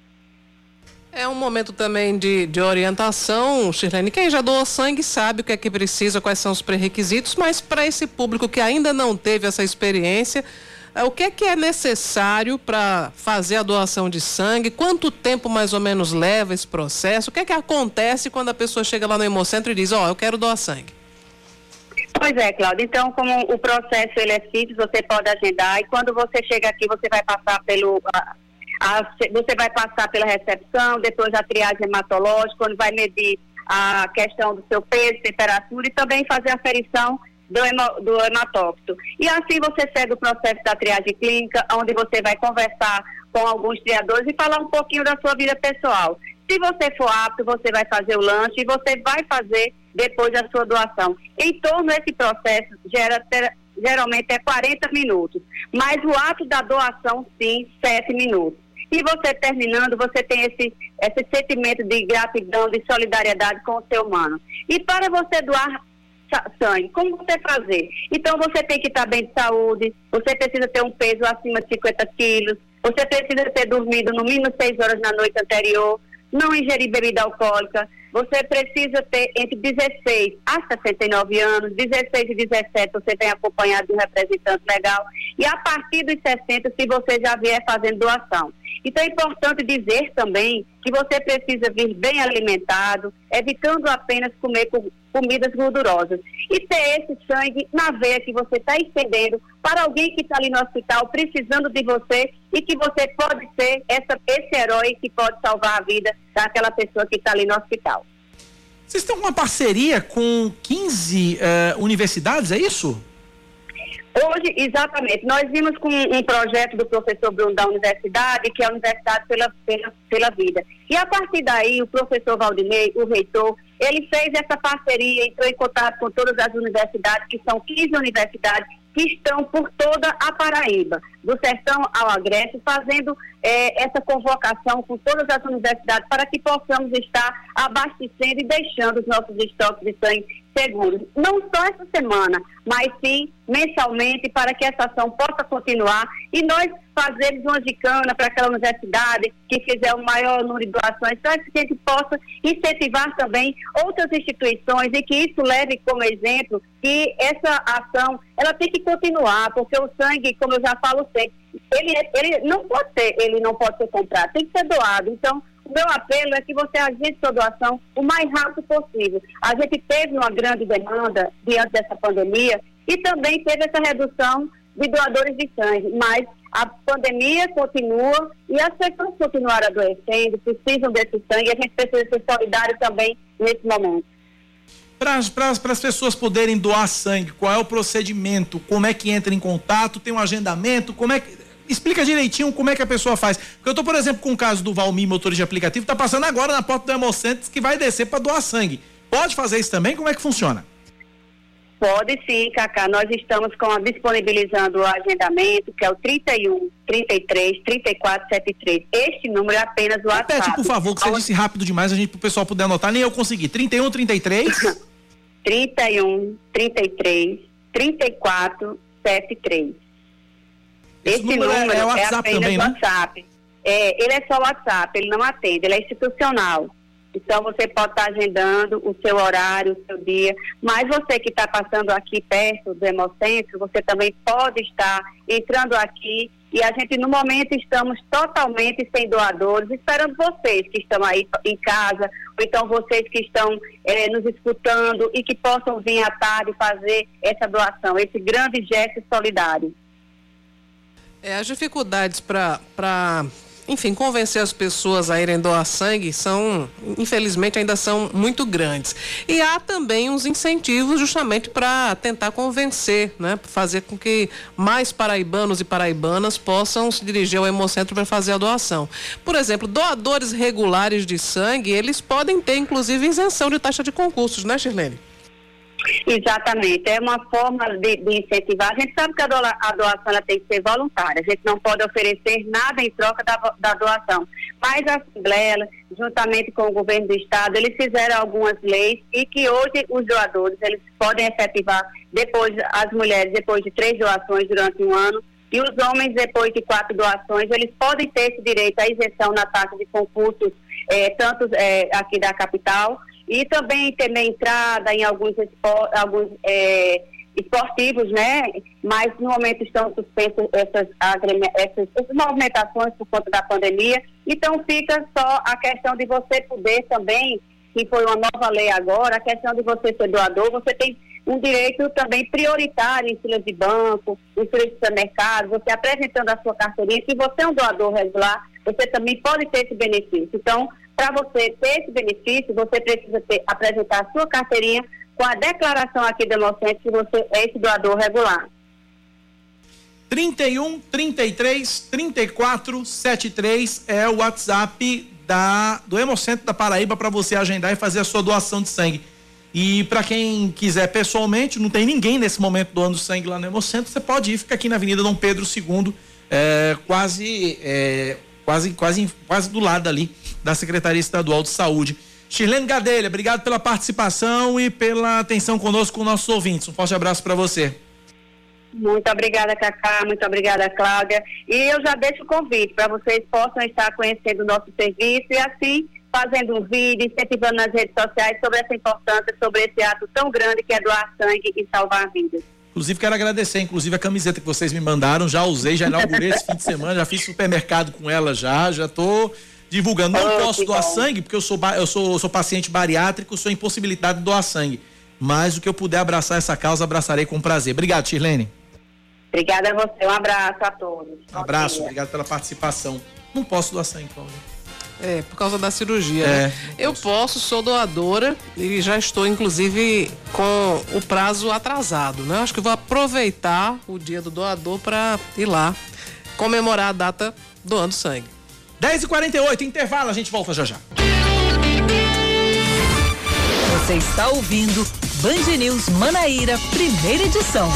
É um momento também de, de orientação, Shirlene. Quem já doou sangue sabe o que é que precisa, quais são os pré-requisitos, mas para esse público que ainda não teve essa experiência, o que é que é necessário para fazer a doação de sangue? Quanto tempo mais ou menos leva esse processo? O que é que acontece quando a pessoa chega lá no Hemocentro e diz, ó, oh, eu quero doar sangue? Pois é, Cláudia. Então, como o processo ele é simples, você pode agendar e quando você chega aqui, você vai passar pelo... A, a, você vai passar pela recepção, depois a triagem hematológica, onde vai medir a questão do seu peso, temperatura e também fazer a aferição do, hemo, do hematócrito. E assim você segue o processo da triagem clínica, onde você vai conversar com alguns triadores e falar um pouquinho da sua vida pessoal. Se você for apto, você vai fazer o lanche e você vai fazer depois da sua doação. Em torno desse processo, gera, geralmente é quarenta minutos, mas o ato da doação, sim, sete minutos. E você terminando, você tem esse, esse sentimento de gratidão, de solidariedade com o ser humano. E para você doar sangue, como você fazer? Então você tem que estar bem de saúde, você precisa ter um peso acima de cinquenta quilos, você precisa ter dormido no mínimo seis horas na noite anterior, não ingerir bebida alcoólica, você precisa ter entre dezesseis a sessenta e nove anos, dezesseis e dezessete você vem acompanhado de um representante legal, e a partir dos sessenta, se você já vier fazendo doação. Então é importante dizer também que você precisa vir bem alimentado, evitando apenas comer com comidas gordurosas. E ter esse sangue na veia que você está estendendo para alguém que está ali no hospital precisando de você e que você pode ser essa, esse herói que pode salvar a vida daquela pessoa que está ali no hospital. Vocês têm uma parceria com quinze uh, universidades, é isso? Hoje, exatamente, nós vimos com um projeto do professor Bruno da universidade, que é a Universidade pela, pela, pela Vida. E a partir daí, o professor Valdinei, o reitor, ele fez essa parceria, entrou em contato com todas as universidades, que são quinze universidades, que estão por toda a Paraíba, do sertão ao agreste, fazendo eh, essa convocação com todas as universidades para que possamos estar abastecendo e deixando os nossos estoques de sangue seguros. Não só essa semana, mas sim mensalmente, para que essa ação possa continuar e nós fazermos uma gicana para aquela universidade que fizer o maior número de doações, para que a gente possa incentivar também outras instituições e que isso leve como exemplo que essa ação, ela tem que continuar, porque o sangue, como eu já falo sempre, ele, ele não pode ser, ele não pode ser comprado, tem que ser doado. Então, o meu apelo é que você agite sua doação o mais rápido possível. A gente teve uma grande demanda diante dessa pandemia e também teve essa redução de doadores de sangue, mas a pandemia continua e as pessoas continuaram adoecendo, precisam desse sangue e a gente precisa ser solidário também nesse momento. Para as pessoas poderem doar sangue, qual é o procedimento? Como é que entra em contato? Tem um agendamento? Como é que... Explica direitinho como é que a pessoa faz. Porque eu tô, por exemplo, com o caso do Valmir, motorista de aplicativo, tá passando agora na porta do Hemocentro que vai descer para doar sangue. Pode fazer isso também? Como é que funciona? Pode sim, Cacá. Nós estamos com a, disponibilizando o agendamento, que é o trinta e um, trinta e três, trinta e quatro, setenta e três. Este número é apenas o WhatsApp. Repete, por favor, que você disse rápido demais, a gente, pro pessoal poder anotar, nem eu consegui. trinta e um, trinta e três? trinta e um, trinta e três, trinta e quatro, setenta e três. Esse, Esse número, número é, é é WhatsApp apenas também, né? WhatsApp. É, ele é só WhatsApp, ele não atende, ele é institucional. Então, você pode estar agendando o seu horário, o seu dia, mas você que está passando aqui perto do Hemocentro, você também pode estar entrando aqui e a gente, no momento, estamos totalmente sem doadores, esperando vocês que estão aí em casa, ou então vocês que estão eh, nos escutando e que possam vir à tarde fazer essa doação, esse grande gesto solidário. É, as dificuldades para... Pra... Enfim, convencer as pessoas a irem doar sangue são, infelizmente, ainda são muito grandes. E há também uns incentivos justamente para tentar convencer, né? Fazer com que mais paraibanos e paraibanas possam se dirigir ao Hemocentro para fazer a doação. Por exemplo, doadores regulares de sangue, eles podem ter, inclusive, isenção de taxa de concursos, né, Shirlene? Exatamente, é uma forma de, de incentivar. A gente sabe que a, doa, a doação ela tem que ser voluntária, a gente não pode oferecer nada em troca da, da doação, mas a Assembleia, juntamente com o governo do estado, eles fizeram algumas leis e que hoje os doadores, eles podem efetivar depois, as mulheres depois de três doações durante um ano e os homens depois de quatro doações, eles podem ter esse direito à isenção na taxa de concursos, eh, tanto eh, aqui da capital, e também ter entrada em alguns, espor, alguns é, esportivos, né? Mas no momento estão suspensas essas, essas, essas movimentações por conta da pandemia. Então fica só a questão de você poder também, que foi uma nova lei agora, a questão de você ser doador, você tem um direito também prioritário em filas de banco, em filas de supermercado, você apresentando a sua carteirinha, que você é um doador regular, você também pode ter esse benefício. Então, para você ter esse benefício, você precisa ter, apresentar a sua carteirinha com a declaração aqui do Hemocentro que você é esse doador regular. trinta e um, trinta e três, trinta e quatro, setenta e três é o WhatsApp da, do Hemocentro da Paraíba para você agendar e fazer a sua doação de sangue. E para quem quiser pessoalmente, não tem ninguém nesse momento doando sangue lá no Hemocentro, você pode ir, fica aqui na Avenida Dom Pedro segundo, é, quase, é, quase, quase, quase do lado ali da Secretaria Estadual de Saúde. Shirlene Gadelha, obrigado pela participação e pela atenção conosco com nossos ouvintes. Um forte abraço para você. Muito obrigada, Cacá, muito obrigada, Cláudia. E eu já deixo o convite para vocês possam estar conhecendo o nosso serviço e assim fazendo um vídeo, incentivando nas redes sociais sobre essa importância, sobre esse ato tão grande que é doar sangue e salvar vidas. Inclusive quero agradecer, inclusive a camiseta que vocês me mandaram, já usei, já inaugurei esse fim de semana, já fiz supermercado com ela já, já tô divulgando. Não oh, posso doar bom. sangue, porque eu sou, eu sou, sou paciente bariátrico, sou impossibilitado de doar sangue. Mas o que eu puder abraçar essa causa, abraçarei com prazer. Obrigado, Shirlene. Obrigada a você, um abraço a todos. Um abraço, obrigado pela participação. Não posso doar sangue, Cláudia. É, por causa da cirurgia, é, né? Eu posso, sou doadora e já estou, inclusive, com o prazo atrasado, né? Acho que vou aproveitar o dia do doador para ir lá comemorar a data doando sangue. dez e quarenta e oito, intervalo, a gente volta já já. Você está ouvindo Band News Manaíra, primeira edição.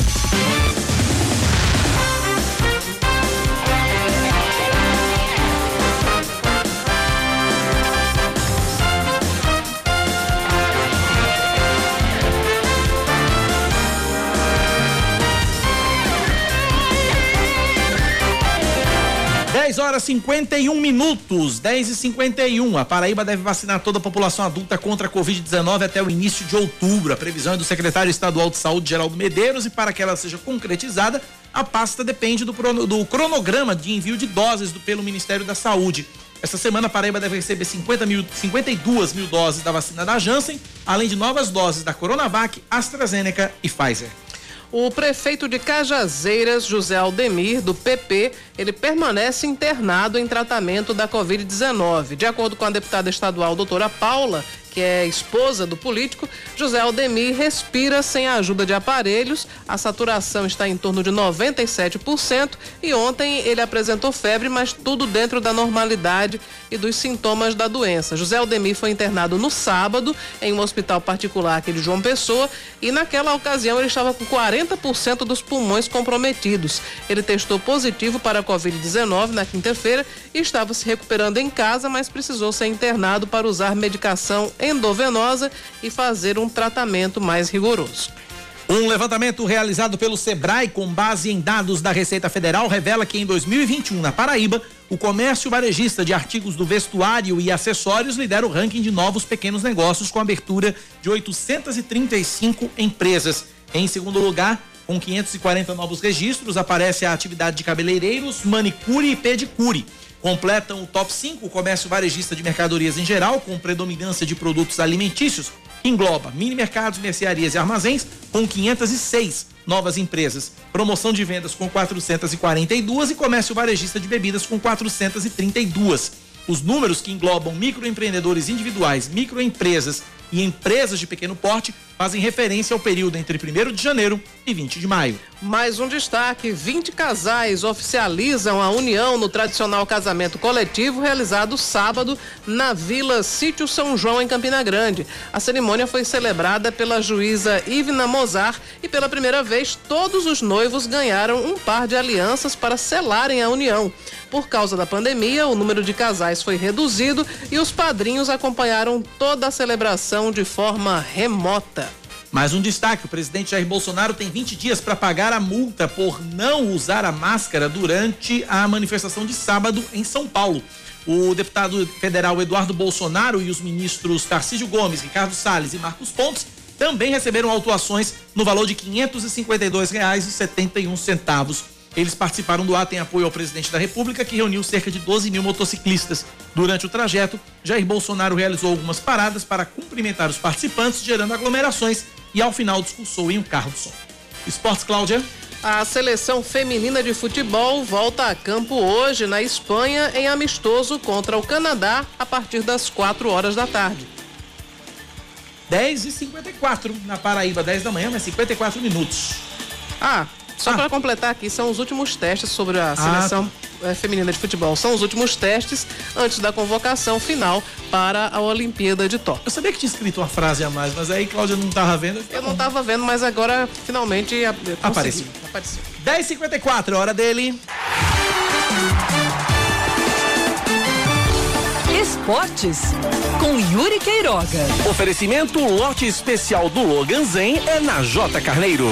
dez horas e cinquenta e um minutos, dez e cinquenta e um. A Paraíba deve vacinar toda a população adulta contra a covid dezenove até o início de outubro. A previsão é do secretário estadual de saúde, Geraldo Medeiros, e para que ela seja concretizada, a pasta depende do, do cronograma de envio de doses do, pelo Ministério da Saúde. Esta semana a Paraíba deve receber cinquenta mil, cinquenta e duas mil doses da vacina da Janssen, além de novas doses da Coronavac, AstraZeneca e Pfizer. O prefeito de Cajazeiras, José Aldemir, do P P, ele permanece internado em tratamento da covid dezenove. De acordo com a deputada estadual doutora Paula, que é esposa do político, José Aldemir respira sem a ajuda de aparelhos, a saturação está em torno de noventa e sete por cento e ontem ele apresentou febre, mas tudo dentro da normalidade e dos sintomas da doença. José Aldemir foi internado no sábado em um hospital particular aqui de João Pessoa e naquela ocasião ele estava com quarenta por cento dos pulmões comprometidos. Ele testou positivo para a covid dezenove na quinta-feira e estava se recuperando em casa, mas precisou ser internado para usar medicação endovenosa e fazer um tratamento mais rigoroso. Um levantamento realizado pelo Sebrae com base em dados da Receita Federal revela que em dois mil e vinte e um, na Paraíba, o comércio varejista de artigos do vestuário e acessórios lidera o ranking de novos pequenos negócios com abertura de oitocentas e trinta e cinco empresas. Em segundo lugar, com quinhentos e quarenta novos registros, aparece a atividade de cabeleireiros, manicure e pedicure. Completam o top cinco o comércio varejista de mercadorias em geral, com predominância de produtos alimentícios, que engloba mini mercados, mercearias e armazéns, com quinhentas e seis novas empresas. Promoção de vendas com quatrocentas e quarenta e duas e comércio varejista de bebidas com quatrocentas e trinta e duas. Os números, que englobam microempreendedores individuais, microempresas e empresas de pequeno porte, fazem referência ao período entre primeiro de janeiro e vinte de maio. Mais um destaque: vinte casais oficializam a união no tradicional casamento coletivo realizado sábado na Vila Sítio São João, em Campina Grande. A cerimônia foi celebrada pela juíza Ivna Mozart e pela primeira vez todos os noivos ganharam um par de alianças para selarem a união. Por causa da pandemia, o número de casais foi reduzido e os padrinhos acompanharam toda a celebração de forma remota. Mais um destaque: o presidente Jair Bolsonaro tem vinte dias para pagar a multa por não usar a máscara durante a manifestação de sábado em São Paulo. O deputado federal Eduardo Bolsonaro e os ministros Tarcísio Gomes, Ricardo Salles e Marcos Pontes também receberam autuações no valor de quinhentos e cinquenta e dois reais e setenta e um centavos. Eles participaram do ato em apoio ao presidente da República, que reuniu cerca de doze mil motociclistas. Durante o trajeto, Jair Bolsonaro realizou algumas paradas para cumprimentar os participantes, gerando aglomerações, e ao final discursou em um carro de som. Esportes, Cláudia. A seleção feminina de futebol volta a campo hoje na Espanha em amistoso contra o Canadá a partir das quatro horas da tarde. dez e cinquenta e quatro na Paraíba, dez da manhã, mas cinquenta e quatro minutos. Ah, só ah. para completar aqui, são os últimos testes sobre a seleção ah, tá. feminina de futebol. São os últimos testes antes da convocação final para a Olimpíada de Tóquio. Eu sabia que tinha escrito uma frase a mais, mas aí Cláudia não estava vendo. Eu, eu não estava vendo, mas agora finalmente apareceu. apareceu. dez e cinquenta e quatro, hora dele. Esportes, com Yuri Queiroga. Oferecimento lote especial do Logan Zen é na J Carneiro.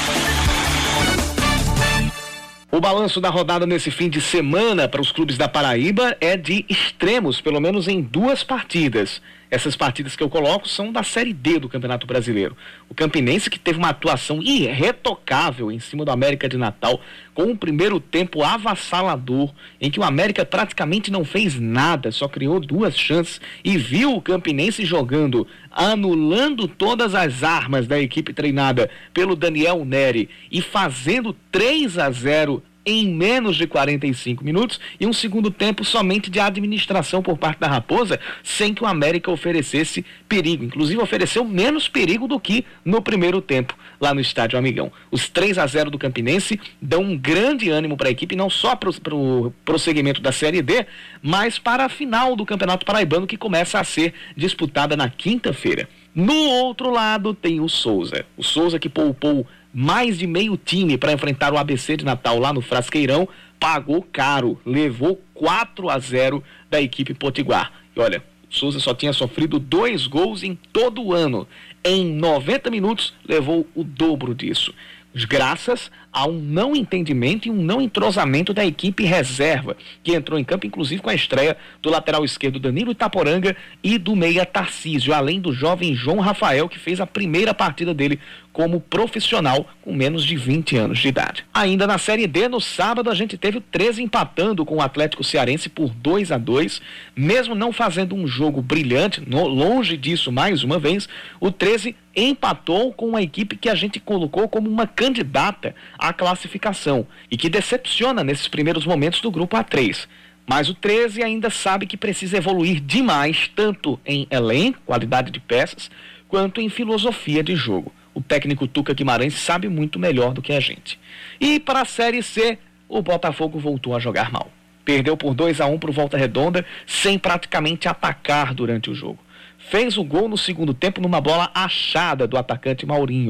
O balanço da rodada nesse fim de semana para os clubes da Paraíba é de extremos, pelo menos em duas partidas. Essas partidas que eu coloco são da Série D do Campeonato Brasileiro. O Campinense, que teve uma atuação irretocável em cima do América de Natal, com um primeiro tempo avassalador, em que o América praticamente não fez nada, só criou duas chances e viu o Campinense jogando, anulando todas as armas da equipe treinada pelo Daniel Neri e fazendo três a zero em menos de quarenta e cinco minutos, e um segundo tempo somente de administração por parte da Raposa, sem que o América oferecesse perigo. Inclusive ofereceu menos perigo do que no primeiro tempo, lá no Estádio Amigão. Os três a zero do Campinense dão um grande ânimo para a equipe, não só para o prosseguimento da Série D, mas para a final do Campeonato Paraibano, que começa a ser disputada na quinta-feira. No outro lado tem o Souza. O Souza, que poupou mais de meio time para enfrentar o A B C de Natal lá no Frasqueirão, pagou caro, levou quatro a zero da equipe potiguar. E olha, o Souza só tinha sofrido dois gols em todo o ano. Em noventa minutos, levou o dobro disso, graças a um não entendimento e um não entrosamento da equipe reserva, que entrou em campo inclusive com a estreia do lateral esquerdo Danilo Itaporanga e do meia Tarcísio, além do jovem João Rafael, que fez a primeira partida dele como profissional com menos de vinte anos de idade. Ainda na Série D, no sábado, a gente teve o treze empatando com o Atlético Cearense por dois a dois, mesmo não fazendo um jogo brilhante, no, longe disso mais uma vez, o treze empatou com uma equipe que a gente colocou como uma candidata à classificação e que decepciona nesses primeiros momentos do grupo A três. Mas o treze ainda sabe que precisa evoluir demais, tanto em elenco, qualidade de peças, quanto em filosofia de jogo. O técnico Tuca Guimarães sabe muito melhor do que a gente. E para a Série C, o Botafogo voltou a jogar mal. Perdeu por dois a um para o Volta Redonda, sem praticamente atacar durante o jogo. Fez o gol no segundo tempo numa bola achada do atacante Maurinho.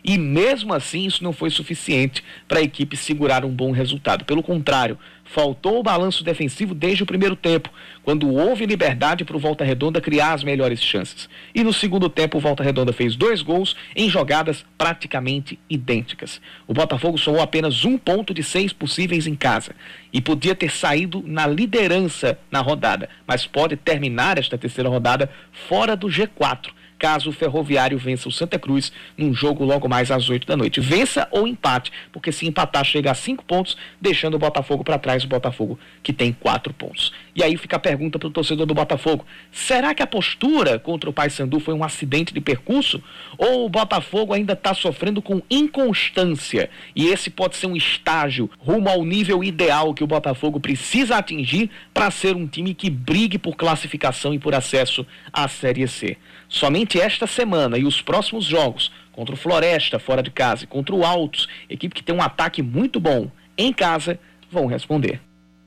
E mesmo assim isso não foi suficiente para a equipe segurar um bom resultado. Pelo contrário, faltou o balanço defensivo desde o primeiro tempo, quando houve liberdade para o Volta Redonda criar as melhores chances. E no segundo tempo o Volta Redonda fez dois gols em jogadas praticamente idênticas. O Botafogo somou apenas um ponto de seis possíveis em casa e podia ter saído na liderança na rodada, mas pode terminar esta terceira rodada fora do G quatro. Caso o Ferroviário vença o Santa Cruz num jogo logo mais às oito da noite. Vença ou empate, porque se empatar chega a cinco pontos, deixando o Botafogo para trás, o Botafogo que tem quatro pontos. E aí fica a pergunta para o torcedor do Botafogo: será que a postura contra o Paysandu foi um acidente de percurso? Ou o Botafogo ainda está sofrendo com inconstância? E esse pode ser um estágio rumo ao nível ideal que o Botafogo precisa atingir para ser um time que brigue por classificação e por acesso à Série C. Somente esta semana e os próximos jogos, contra o Floresta fora de casa e contra o Altos, equipe que tem um ataque muito bom em casa, vão responder.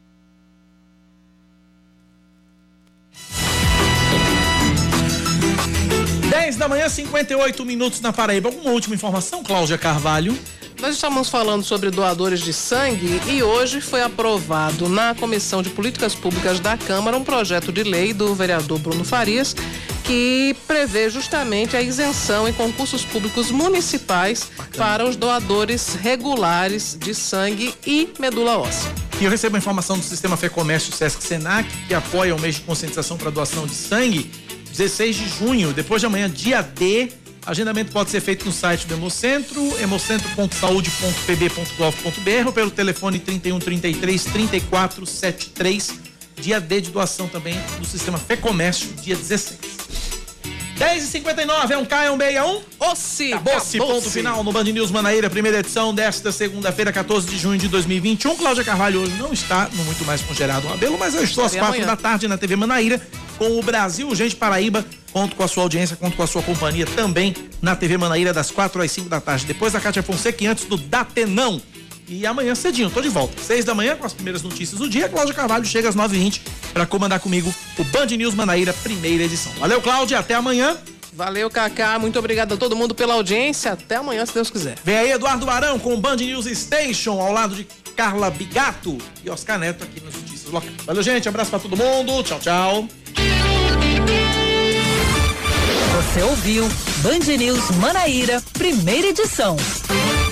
dez da manhã, cinquenta e oito minutos na Paraíba. Alguma última informação, Cláudia Carvalho? Nós estamos falando sobre doadores de sangue e hoje foi aprovado na Comissão de Políticas Públicas da Câmara um projeto de lei do vereador Bruno Farias que prevê justamente a isenção em concursos públicos municipais Bacana. Para os doadores regulares de sangue e medula óssea. E eu recebo a informação do Sistema Fé Comércio Sesc Senac, que apoia o mês de conscientização para doação de sangue, dezesseis de junho, depois de amanhã, dia D. Agendamento pode ser feito no site do Hemocentro, hemocentro ponto saude ponto p b ponto gov ponto b r ou pelo telefone trinta e um, trinta e três, trinta e quatro setenta e três. Dia D de doação também do Sistema Fé Comércio, dia dezesseis. dez e cinquenta e nove, é um K, é um B, é um Ossi. Acabou-se, ponto final no Band News Manaíra, primeira edição desta segunda-feira, quatorze de junho de dois mil e vinte e um. Cláudia Carvalho hoje não está no Muito Mais com Gerardo Rabelo, mas eu estou às quatro da tarde na T V Manaíra com o Brasil Gente Paraíba. Conto com a sua audiência, conto com a sua companhia também na T V Manaíra das quatro às cinco da tarde. Depois da Cátia Fonseca e antes do Datenão. E amanhã cedinho, tô de volta. seis da manhã com as primeiras notícias do dia. Cláudia Carvalho chega às nove e vinte para comandar comigo o Band News Manaíra, primeira edição. Valeu, Cláudia, até amanhã. Valeu, Cacá, muito obrigado a todo mundo pela audiência. Até amanhã, se Deus quiser. Vem aí Eduardo Barão com o Band News Station, ao lado de Carla Bigato e Oscar Neto aqui nas notícias locais. Valeu, gente, abraço pra todo mundo. Tchau, tchau. Você ouviu Band News Manaíra, primeira edição.